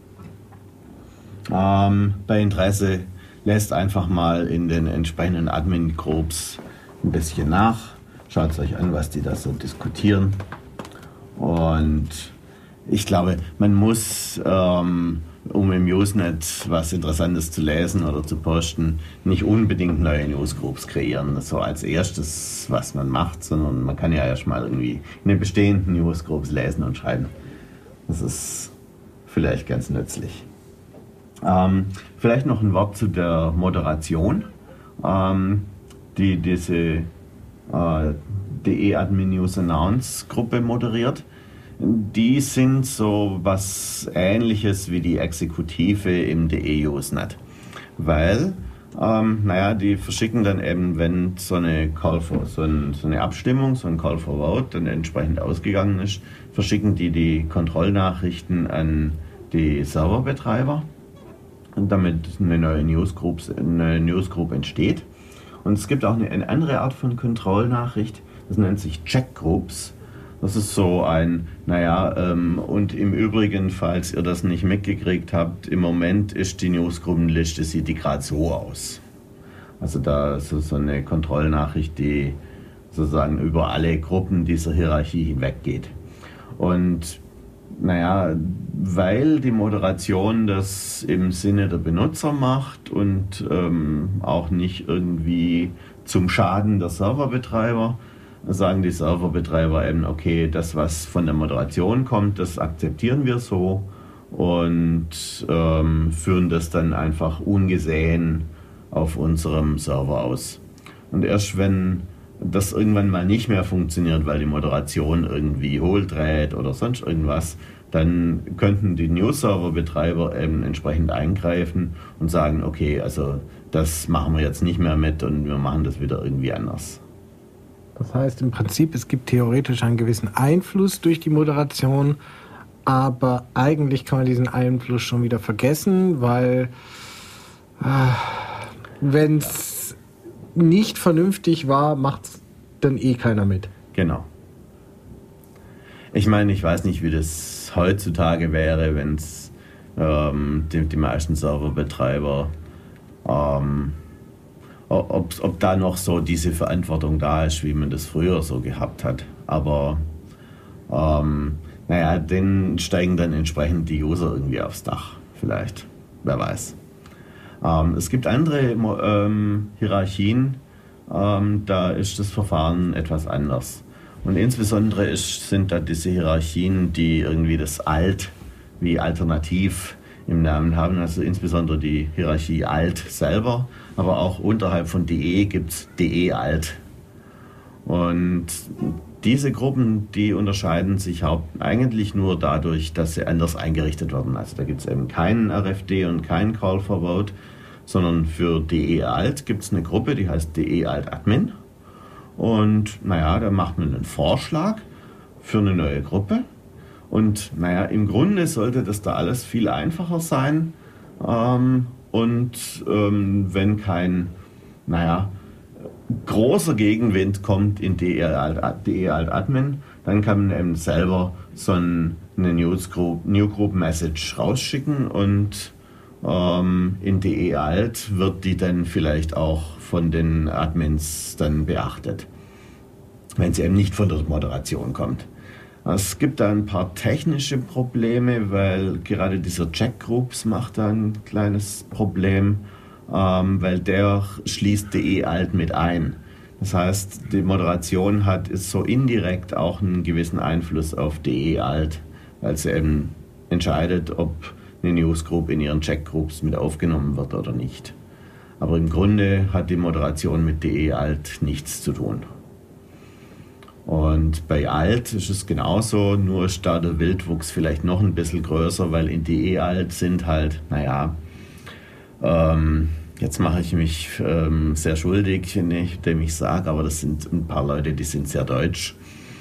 [SPEAKER 2] Bei Interesse lässt einfach mal in den entsprechenden Admin-Groups ein bisschen nach. Schaut euch an, was die da so diskutieren. Und ich glaube, man muss, um im Usenet was Interessantes zu lesen oder zu posten, nicht unbedingt neue Newsgroups kreieren, so als erstes, was man macht, sondern man kann ja erstmal irgendwie in den bestehenden Newsgroups lesen und schreiben. Das ist vielleicht ganz nützlich. Vielleicht noch ein Wort zu der Moderation, die diese DE Admin News Announce Gruppe moderiert. Die sind so was Ähnliches wie die Exekutive im DE Usenet, weil Die verschicken dann eben, wenn so eine Abstimmung, so ein Call for Vote dann entsprechend ausgegangen ist, verschicken die Kontrollnachrichten an die Serverbetreiber, und damit eine neue Newsgroup entsteht. Und es gibt auch eine andere Art von Kontrollnachricht, das nennt sich Checkgroups. Das ist so und im Übrigen, falls ihr das nicht mitgekriegt habt, im Moment ist die Newsgruppenliste, sieht die gerade so aus. Also da ist so eine Kontrollnachricht, die sozusagen über alle Gruppen dieser Hierarchie hinweggeht. Und weil die Moderation das im Sinne der Benutzer macht und auch nicht irgendwie zum Schaden der Serverbetreiber, sagen die Serverbetreiber eben, okay, das, was von der Moderation kommt, das akzeptieren wir so und führen das dann einfach ungesehen auf unserem Server aus. Und erst wenn das irgendwann mal nicht mehr funktioniert, weil die Moderation irgendwie hohl dreht oder sonst irgendwas, dann könnten die News-Server-Betreiber eben entsprechend eingreifen und sagen, okay, also das machen wir jetzt nicht mehr mit und wir machen das wieder irgendwie anders.
[SPEAKER 1] Das heißt im Prinzip, es gibt theoretisch einen gewissen Einfluss durch die Moderation, aber eigentlich kann man diesen Einfluss schon wieder vergessen, weil wenn es nicht vernünftig war, macht es dann keiner mit.
[SPEAKER 2] Genau. Ich meine, ich weiß nicht, wie das heutzutage wäre, wenn es die meisten Serverbetreiber ob da noch so diese Verantwortung da ist, wie man das früher so gehabt hat. Aber denen steigen dann entsprechend die User irgendwie aufs Dach, vielleicht. Wer weiß. Es gibt andere Hierarchien, da ist das Verfahren etwas anders. Und insbesondere sind da diese Hierarchien, die irgendwie das Alt wie alternativ im Namen haben, also insbesondere die Hierarchie Alt selber, aber auch unterhalb von DE gibt es DE Alt. Und diese Gruppen, die unterscheiden sich eigentlich nur dadurch, dass sie anders eingerichtet werden. Also da gibt es eben keinen RFD und keinen Call for Vote, sondern für DE Alt gibt es eine Gruppe, die heißt DE Alt Admin. Und da macht man einen Vorschlag für eine neue Gruppe. Und im Grunde sollte das da alles viel einfacher sein. Wenn kein, großer Gegenwind kommt in DE Alt Admin, dann kann man eben selber so eine Newsgroup Message rausschicken und in DE Alt wird die dann vielleicht auch von den Admins dann beachtet, wenn sie eben nicht von der Moderation kommt. Es gibt da ein paar technische Probleme, weil gerade dieser Checkgroups macht da ein kleines Problem, weil der schließt DE Alt mit ein. Das heißt, die Moderation ist so indirekt auch einen gewissen Einfluss auf DE Alt, weil sie eben entscheidet, ob eine Newsgroup in ihren Checkgroups mit aufgenommen wird oder nicht. Aber im Grunde hat die Moderation mit DE Alt nichts zu tun. Und bei Alt ist es genauso, nur ist da der Wildwuchs vielleicht noch ein bisschen größer, weil in DE Alt sind halt, jetzt mache ich mich sehr schuldig, indem ich sage, aber das sind ein paar Leute, die sind sehr deutsch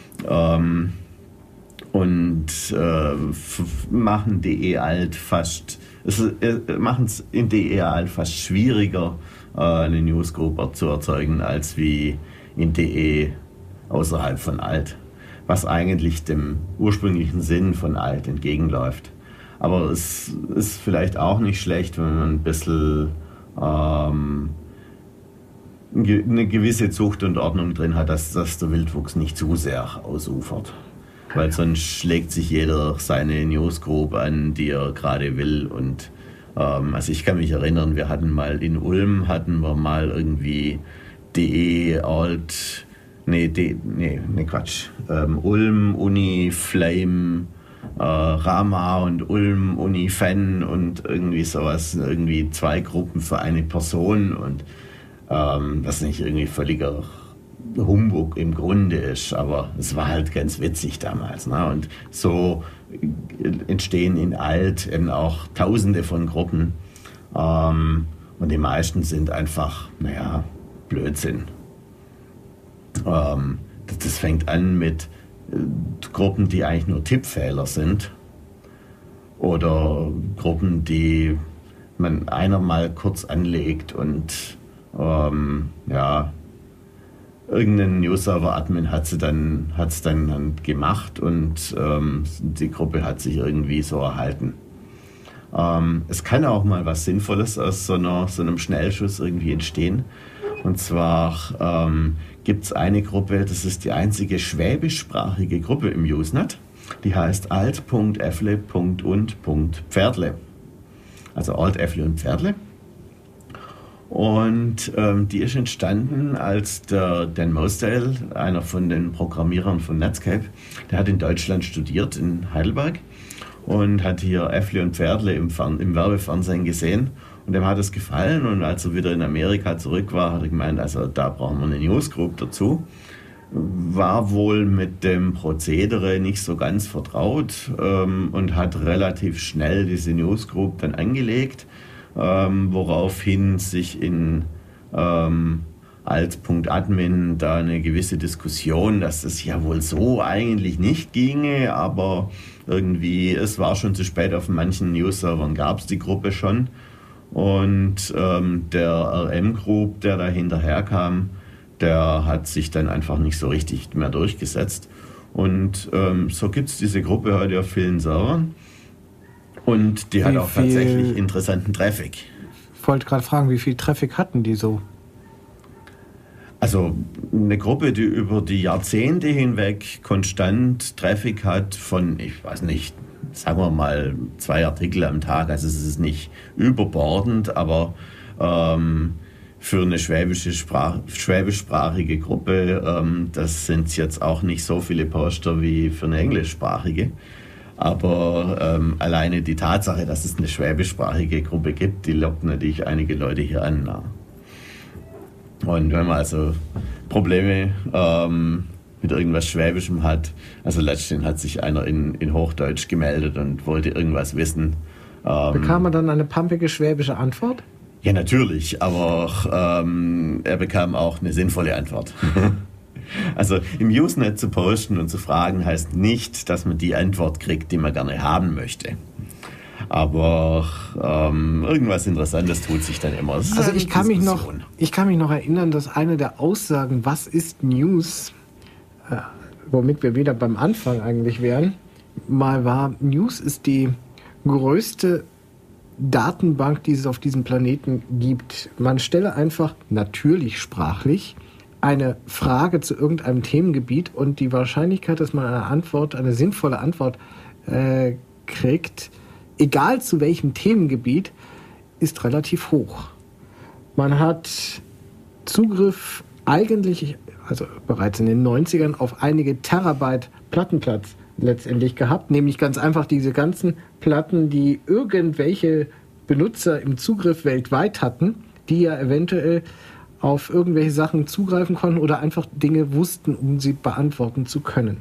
[SPEAKER 2] machen DE Alt machen es in DE Alt fast schwieriger, eine Newsgroup zu erzeugen, als wie in DE außerhalb von Alt, was eigentlich dem ursprünglichen Sinn von Alt entgegenläuft. Aber es ist vielleicht auch nicht schlecht, wenn man ein bisschen eine gewisse Zucht und Ordnung drin hat, dass der Wildwuchs nicht zu sehr ausufert. Weil sonst schlägt sich jeder seine Newsgroup an, die er gerade will. Und also ich kann mich erinnern, wir hatten mal in Ulm irgendwie Ulm, Uni, Flame, Rama und Ulm, Uni, Fan und irgendwie sowas, irgendwie 2 Gruppen für eine Person und was nicht irgendwie völliger Humbug im Grunde ist, aber es war halt ganz witzig damals. Ne? Und so entstehen in Alt eben auch Tausende von Gruppen. Und die meisten sind einfach, naja, Blödsinn. Das fängt an mit Gruppen, die eigentlich nur Tippfehler sind. Oder Gruppen, die einer mal kurz anlegt und irgendein News-Server-Admin hat es dann gemacht und die Gruppe hat sich irgendwie so erhalten. Es kann auch mal was Sinnvolles aus so einem Schnellschuss irgendwie entstehen. Und zwar gibt es eine Gruppe, das ist die einzige schwäbischsprachige Gruppe im Usenet. Die heißt alt.effle.und.pferdle. Also Alt, Effle und Pferdle. Und die ist entstanden, als der Dan Mosdale, einer von den Programmierern von Netscape, der hat in Deutschland studiert, in Heidelberg, und hat hier Effle und Pferdle im Werbefernsehen gesehen. Und dem hat es gefallen, und als er wieder in Amerika zurück war, hat er gemeint, also da brauchen wir eine Newsgroup dazu. War wohl mit dem Prozedere nicht so ganz vertraut und hat relativ schnell diese Newsgroup dann angelegt, woraufhin sich in alt.admin da eine gewisse Diskussion, dass es ja wohl so eigentlich nicht ginge, aber irgendwie, es war schon zu spät, auf manchen News-Servern gab es die Gruppe schon. Und der RM-Group, der da hinterher kam, der hat sich dann einfach nicht so richtig mehr durchgesetzt. Und so gibt es diese Gruppe heute auf vielen Servern. Und die hat auch tatsächlich interessanten Traffic.
[SPEAKER 1] Ich wollte gerade fragen, wie viel Traffic hatten die so?
[SPEAKER 2] Also eine Gruppe, die über die Jahrzehnte hinweg konstant Traffic hat von, ich weiß nicht, sagen wir mal 2 Artikel am Tag. Also es ist nicht überbordend, aber für eine schwäbischsprachige Gruppe, das sind jetzt auch nicht so viele Poster wie für eine englischsprachige. Aber alleine die Tatsache, dass es eine schwäbischsprachige Gruppe gibt, die lockt natürlich einige Leute hier an. Und wenn man also Probleme mit irgendwas Schwäbischem hat, also letztendlich hat sich einer in Hochdeutsch gemeldet und wollte irgendwas wissen.
[SPEAKER 1] Bekam er dann eine pampige schwäbische Antwort?
[SPEAKER 2] Ja, natürlich, aber er bekam auch eine sinnvolle Antwort. Also im Usenet zu posten und zu fragen heißt nicht, dass man die Antwort kriegt, die man gerne haben möchte. Aber irgendwas Interessantes tut sich dann immer.
[SPEAKER 1] Also ich kann mich noch erinnern, dass eine der Aussagen, was ist News, womit wir wieder beim Anfang eigentlich wären, mal war, News ist die größte Datenbank, die es auf diesem Planeten gibt. Man stelle einfach, natürlich sprachlich, eine Frage zu irgendeinem Themengebiet und die Wahrscheinlichkeit, dass man eine sinnvolle Antwort kriegt, egal zu welchem Themengebiet, ist relativ hoch. Man hat Zugriff eigentlich, also bereits in den 90ern, auf einige Terabyte Plattenplatz letztendlich gehabt, nämlich ganz einfach diese ganzen Platten, die irgendwelche Benutzer im Zugriff weltweit hatten, die ja eventuell auf irgendwelche Sachen zugreifen konnten oder einfach Dinge wussten, um sie beantworten zu können.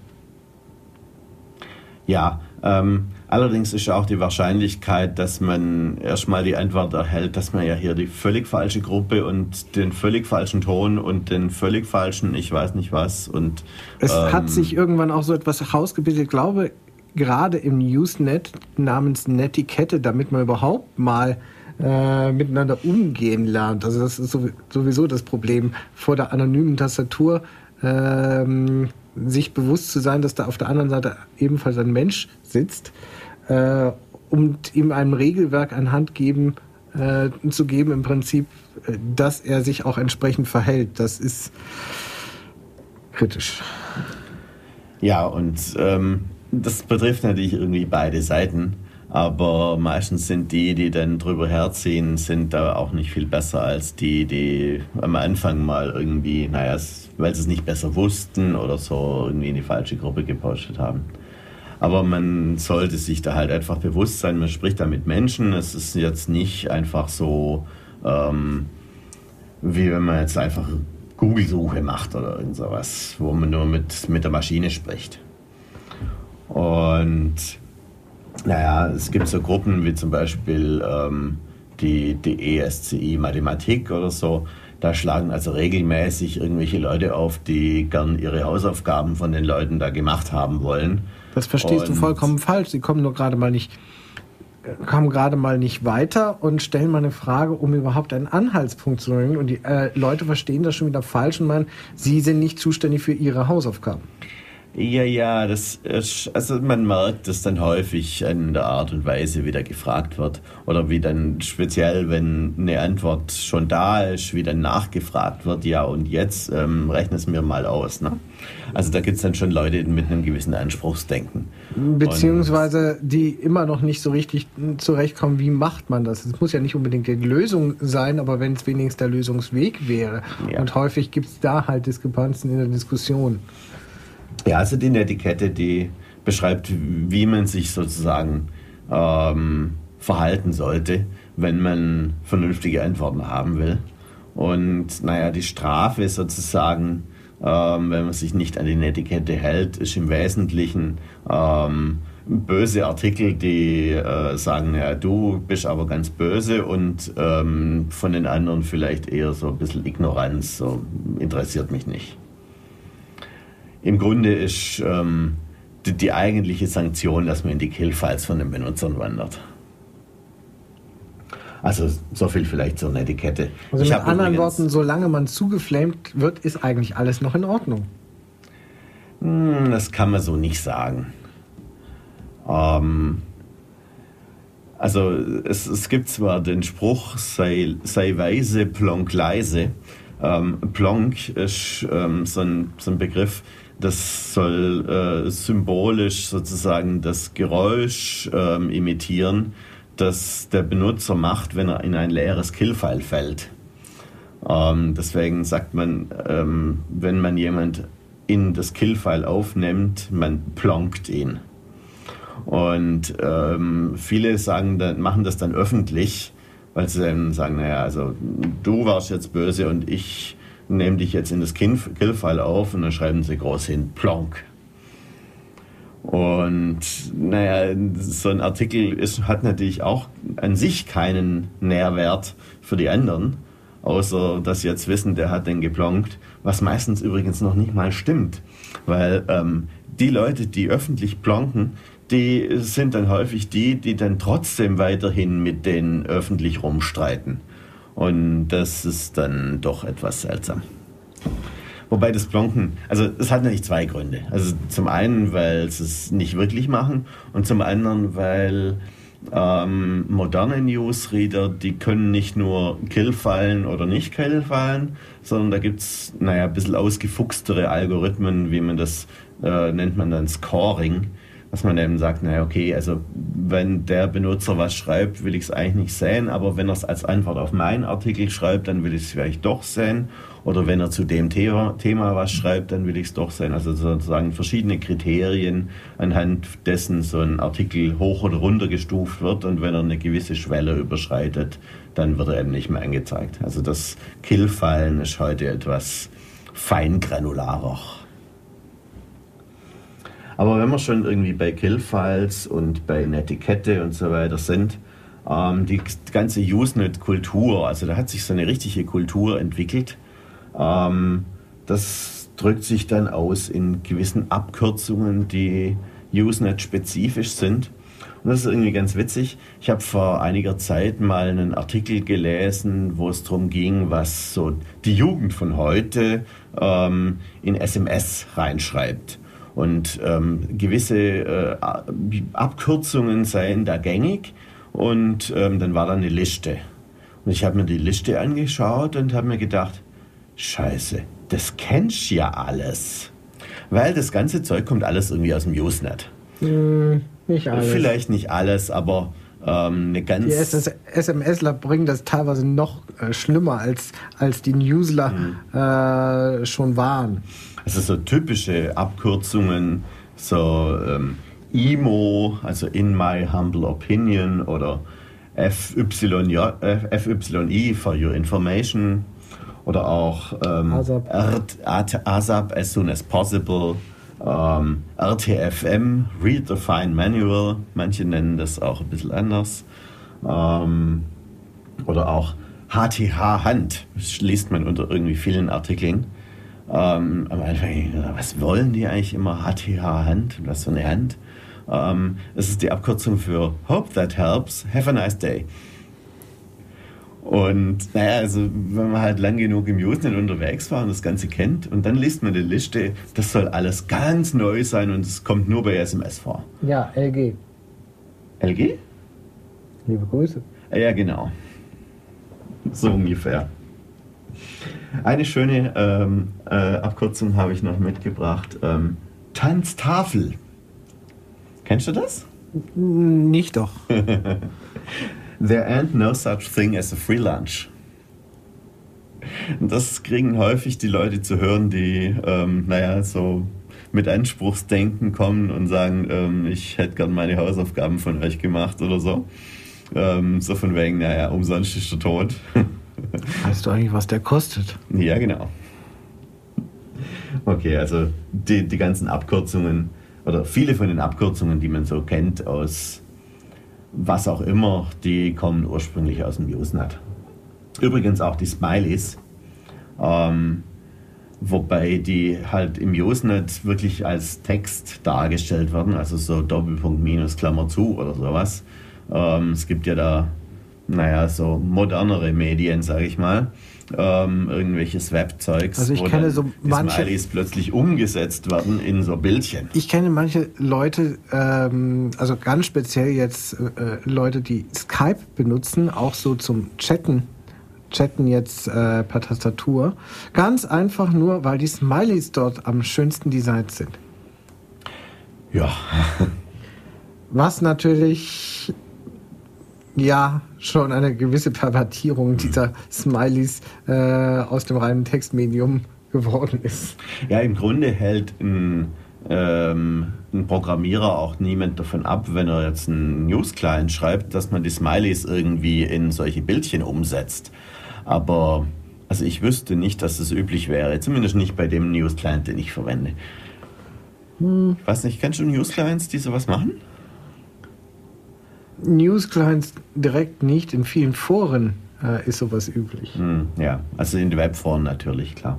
[SPEAKER 2] Ja, allerdings ist auch die Wahrscheinlichkeit, dass man erstmal die Antwort erhält, dass man ja hier die völlig falsche Gruppe und den völlig falschen Ton und den völlig falschen ich weiß nicht was. Und
[SPEAKER 1] es hat sich irgendwann auch so etwas herausgebildet, ich glaube, gerade im Usenet namens Netiquette, damit man überhaupt mal miteinander umgehen lernt. Also das ist sowieso das Problem, vor der anonymen Tastatur sich bewusst zu sein, dass da auf der anderen Seite ebenfalls ein Mensch sitzt und ihm einem Regelwerk an Hand zu geben, im Prinzip, dass er sich auch entsprechend verhält. Das ist kritisch.
[SPEAKER 2] Ja, und das betrifft natürlich irgendwie beide Seiten. Aber meistens sind die dann drüber herziehen, sind da auch nicht viel besser als die am Anfang mal irgendwie, weil sie es nicht besser wussten oder so irgendwie in die falsche Gruppe gepostet haben. Aber man sollte sich da halt einfach bewusst sein, man spricht da mit Menschen. Es ist jetzt nicht einfach so, wie wenn man jetzt einfach Google-Suche macht oder irgend sowas, wo man nur mit der Maschine spricht. Und es gibt so Gruppen wie zum Beispiel die ESCI Mathematik oder so. Da schlagen also regelmäßig irgendwelche Leute auf, die gern ihre Hausaufgaben von den Leuten da gemacht haben wollen.
[SPEAKER 1] Das verstehst du vollkommen falsch. Sie kommen gerade mal nicht weiter und stellen mal eine Frage, um überhaupt einen Anhaltspunkt zu bringen. Und die Leute verstehen das schon wieder falsch und meinen, sie sind nicht zuständig für ihre Hausaufgaben.
[SPEAKER 2] Ja, das ist, also man merkt das dann häufig in der Art und Weise, wie da gefragt wird. Oder wie dann speziell, wenn eine Antwort schon da ist, wie dann nachgefragt wird, ja und jetzt rechne es mir mal aus. Ne? Also da gibt es dann schon Leute mit einem gewissen Anspruchsdenken.
[SPEAKER 1] Beziehungsweise die immer noch nicht so richtig zurechtkommen, wie macht man das? Es muss ja nicht unbedingt die Lösung sein, aber wenn es wenigstens der Lösungsweg wäre. Ja. Und häufig gibt es da halt Diskrepanzen in der Diskussion.
[SPEAKER 2] Ja, also die Netiquette, die beschreibt, wie man sich sozusagen verhalten sollte, wenn man vernünftige Antworten haben will. Und naja, die Strafe sozusagen, wenn man sich nicht an die Netiquette hält, ist im Wesentlichen böse Artikel, die sagen, ja, du bist aber ganz böse und von den anderen vielleicht eher so ein bisschen Ignoranz, so interessiert mich nicht. Im Grunde ist die eigentliche Sanktion, dass man in die Kill-Files von den Benutzern wandert. Also so viel vielleicht zur Netiquette.
[SPEAKER 1] Also mit anderen Worten, solange man zugeflamed wird, ist eigentlich alles noch in Ordnung.
[SPEAKER 2] Das kann man so nicht sagen. Also es gibt zwar den Spruch, sei weise, plonk leise. Plonk ist so ein Begriff, das soll symbolisch sozusagen das Geräusch imitieren, das der Benutzer macht, wenn er in ein leeres Kill-File fällt. Deswegen sagt man, wenn man jemand in das Kill-File aufnimmt, man plonkt ihn. Und viele machen das dann öffentlich, weil sie dann sagen, naja, also du warst jetzt böse und ich nehme dich jetzt in das Kill-File auf, und dann schreiben sie groß hin, plonk. Und naja, so ein Artikel hat natürlich auch an sich keinen Nährwert für die anderen, außer dass sie jetzt wissen, der hat den geplonkt, was meistens übrigens noch nicht mal stimmt, weil die Leute, die öffentlich plonken, die sind dann häufig die dann trotzdem weiterhin mit denen öffentlich rumstreiten. Und das ist dann doch etwas seltsam. Wobei das Plonken, also es hat natürlich zwei Gründe. Also zum einen, weil sie es nicht wirklich machen, und zum anderen, weil moderne Newsreader, die können nicht nur Kill-Filen oder nicht Kill-Filen, sondern da gibt es ein bisschen ausgefuchstere Algorithmen, wie man das nennt man dann Scoring, dass man eben sagt, okay, also wenn der Benutzer was schreibt, will ich es eigentlich nicht sehen, aber wenn er es als Antwort auf meinen Artikel schreibt, dann will ich es vielleicht doch sehen. Oder wenn er zu dem Thema was schreibt, dann will ich es doch sehen. Also sozusagen verschiedene Kriterien, anhand dessen so ein Artikel hoch oder runter gestuft wird, und wenn er eine gewisse Schwelle überschreitet, dann wird er eben nicht mehr angezeigt. Also das Kill-Filen ist heute etwas feingranularer. Aber wenn wir schon irgendwie bei Kill-Files und bei Netiquette und so weiter sind, die ganze Usenet-Kultur, also da hat sich so eine richtige Kultur entwickelt. Das drückt sich dann aus in gewissen Abkürzungen, die Usenet-spezifisch sind. Und das ist irgendwie ganz witzig. Ich habe vor einiger Zeit mal einen Artikel gelesen, wo es darum ging, was so die Jugend von heute in SMS reinschreibt. Und gewisse Abkürzungen seien da gängig, und dann war da eine Liste. Und ich habe mir die Liste angeschaut und habe mir gedacht, Scheiße, das kennst ja alles. Weil das ganze Zeug kommt alles irgendwie aus dem Usenet.
[SPEAKER 1] Nicht alles.
[SPEAKER 2] Vielleicht nicht alles, aber eine ganz...
[SPEAKER 1] Die SMSler bringen das teilweise noch schlimmer, als die Newsler schon waren.
[SPEAKER 2] Also so typische Abkürzungen, so IMO, also In My Humble Opinion, oder FYI for Your Information, oder auch ASAP as soon as possible, RTFM, Read the Fine Manual, manche nennen das auch ein bisschen anders. Oder auch HTH Hand, das liest man unter irgendwie vielen Artikeln. Am Anfang, was wollen die eigentlich immer? HTH Hand, was für eine Hand? Es ist die Abkürzung für Hope That Helps, Have a Nice Day. Und naja, also wenn man halt lang genug im Usenet unterwegs war und das Ganze kennt und dann liest man die Liste, das soll alles ganz neu sein und es kommt nur bei SMS vor.
[SPEAKER 1] Ja, LG.
[SPEAKER 2] LG?
[SPEAKER 1] Liebe Grüße.
[SPEAKER 2] Ja, genau. So ungefähr. Eine schöne Abkürzung habe ich noch mitgebracht. Tanztafel. Kennst du das?
[SPEAKER 1] Nicht doch.
[SPEAKER 2] There ain't no such thing as a free lunch. Das kriegen häufig die Leute zu hören, die, so mit Anspruchsdenken kommen und sagen, ich hätte gern meine Hausaufgaben von euch gemacht oder so. So von wegen, umsonst ist der Tod.
[SPEAKER 1] Weißt du eigentlich, was der kostet?
[SPEAKER 2] Ja, genau. Okay, also die ganzen Abkürzungen oder viele von den Abkürzungen, die man so kennt aus was auch immer, die kommen ursprünglich aus dem Usenet. Übrigens auch die Smileys, wobei die halt im Usenet wirklich als Text dargestellt werden, also so Doppelpunkt minus Klammer zu oder sowas. Es gibt ja da, so modernere Medien, sage ich mal, irgendwelches Webzeugs,
[SPEAKER 1] also ich kenne so
[SPEAKER 2] die Smileys plötzlich umgesetzt werden in so Bildchen.
[SPEAKER 1] Ich kenne manche Leute, also ganz speziell jetzt Leute, die Skype benutzen, auch so zum Chatten jetzt per Tastatur. Ganz einfach nur, weil die Smileys dort am schönsten designt sind.
[SPEAKER 2] Ja.
[SPEAKER 1] Was natürlich schon eine gewisse Pervertierung dieser Smileys aus dem reinen Textmedium geworden ist.
[SPEAKER 2] Ja, im Grunde hält ein Programmierer auch niemand davon ab, wenn er jetzt einen News-Client schreibt, dass man die Smileys irgendwie in solche Bildchen umsetzt. Aber also ich wüsste nicht, dass es üblich wäre. Zumindest nicht bei dem News-Client, den ich verwende. Ich weiß nicht, kennst du News-Clients, die sowas machen?
[SPEAKER 1] News-Clients direkt nicht, in vielen Foren ist sowas üblich.
[SPEAKER 2] Ja, also in den Webforen natürlich, klar.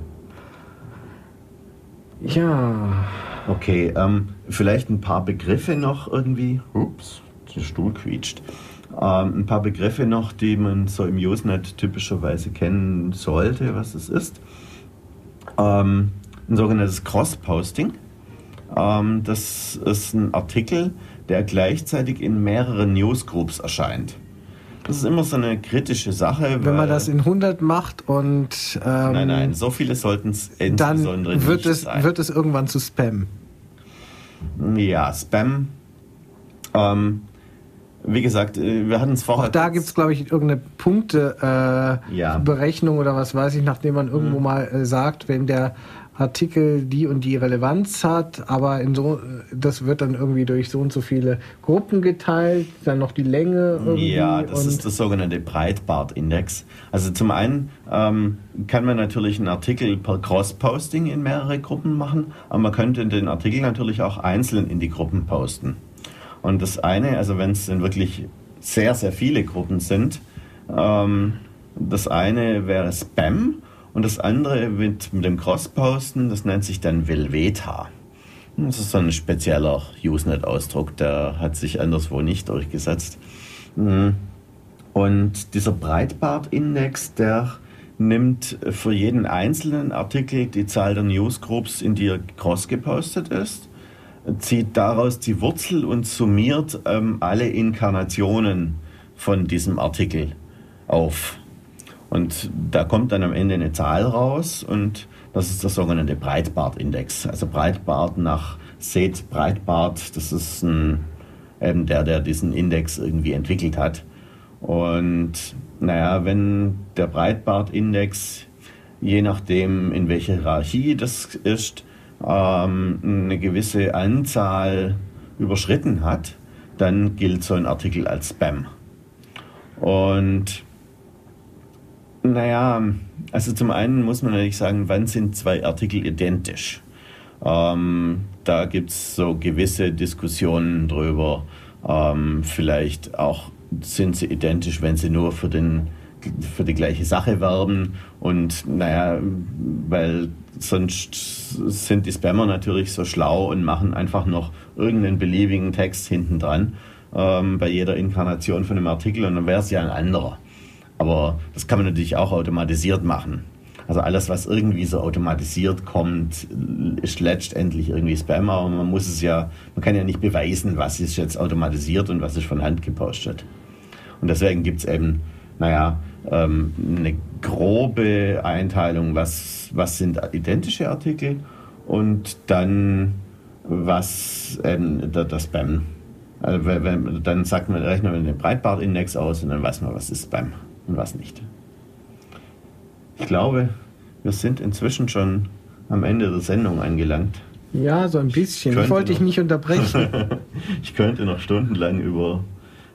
[SPEAKER 1] Ja.
[SPEAKER 2] Okay, vielleicht ein paar Begriffe noch irgendwie. Ups, der Stuhl quietscht. Ein paar Begriffe noch, die man so im Usenet typischerweise kennen sollte, was es ist. Ein sogenanntes Cross-Posting. Das ist ein Artikel, der gleichzeitig in mehreren Newsgroups erscheint. Das ist immer so eine kritische Sache.
[SPEAKER 1] Wenn man das in 100 macht und...
[SPEAKER 2] Nein, so viele sollten es insbesondere
[SPEAKER 1] dann
[SPEAKER 2] nicht sein.
[SPEAKER 1] Wird es irgendwann zu Spam.
[SPEAKER 2] Ja, Spam. Wie gesagt, wir hatten es vorher...
[SPEAKER 1] Auch da gibt es, glaube ich, irgendeine Punkteberechnung oder was weiß ich, nachdem man irgendwo mal sagt, wenn der Artikel die und die Relevanz hat, aber das wird dann irgendwie durch so und so viele Gruppen geteilt, dann noch die Länge irgendwie.
[SPEAKER 2] Ja, das ist das sogenannte Breitbart-Index. Also zum einen kann man natürlich einen Artikel per Cross-Posting in mehrere Gruppen machen, aber man könnte den Artikel natürlich auch einzeln in die Gruppen posten. Und das eine, also wenn es dann wirklich sehr, sehr viele Gruppen sind, das eine wäre Spam. Und das andere mit dem Cross-Posten, das nennt sich dann Velveta. Das ist so ein spezieller Usenet-Ausdruck, der hat sich anderswo nicht durchgesetzt. Und dieser Breitbart-Index, der nimmt für jeden einzelnen Artikel die Zahl der Newsgroups, in die er cross gepostet ist, zieht daraus die Wurzel und summiert alle Inkarnationen von diesem Artikel auf. Und da kommt dann am Ende eine Zahl raus und das ist der sogenannte Breitbart-Index. Also Breitbart nach Seth Breitbart, das ist eben der diesen Index irgendwie entwickelt hat. Und wenn der Breitbart-Index, je nachdem in welcher Hierarchie das ist, eine gewisse Anzahl überschritten hat, dann gilt so ein Artikel als Spam. Und also zum einen muss man natürlich sagen, wann sind zwei Artikel identisch? Da gibt es so gewisse Diskussionen drüber. Vielleicht auch sind sie identisch, wenn sie nur für den für die gleiche Sache werben und naja, weil sonst sind die Spammer natürlich so schlau und machen einfach noch irgendeinen beliebigen Text hinten dran bei jeder Inkarnation von einem Artikel und dann wäre es ja ein anderer. Aber das kann man natürlich auch automatisiert machen. Also alles, was irgendwie so automatisiert kommt, ist letztendlich irgendwie Spam, aber man kann ja nicht beweisen, was ist jetzt automatisiert und was ist von Hand gepostet. Und deswegen gibt es eben, eine grobe Einteilung, was sind identische Artikel und dann was der Spam. Also dann rechnet man den Breitbart-Index aus und dann weiß man, was ist Spam und was nicht. Ich glaube, wir sind inzwischen schon am Ende der Sendung angelangt.
[SPEAKER 1] Ja, so ein bisschen. Ich wollte dich nicht unterbrechen.
[SPEAKER 2] Ich könnte noch stundenlang über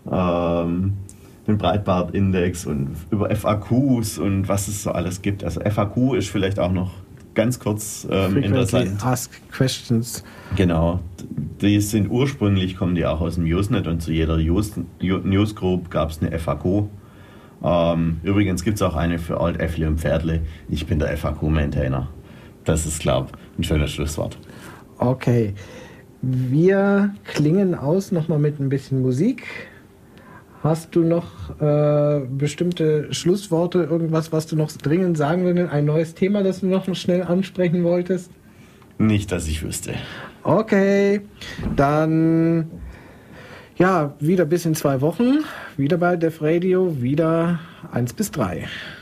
[SPEAKER 2] den Breitbart-Index und über FAQs und was es so alles gibt. Also FAQ ist vielleicht auch noch ganz kurz interessant.
[SPEAKER 1] Ask Questions.
[SPEAKER 2] Genau. Kommen die auch aus dem Usenet und zu jeder Newsgroup gab es eine FAQ. Übrigens gibt es auch eine für Alt Äffli und Pferdle. Ich bin der FAQ-Maintainer. Das ist, glaube ich, ein schönes Schlusswort.
[SPEAKER 1] Okay. Wir klingen aus nochmal mit ein bisschen Musik. Hast du noch bestimmte Schlussworte, irgendwas, was du noch dringend sagen willst? Ein neues Thema, das du noch schnell ansprechen wolltest?
[SPEAKER 2] Nicht, dass ich wüsste.
[SPEAKER 1] Okay, dann ja, wieder bis in 2 Wochen. Wieder bei Def Radio, wieder 1 bis 3.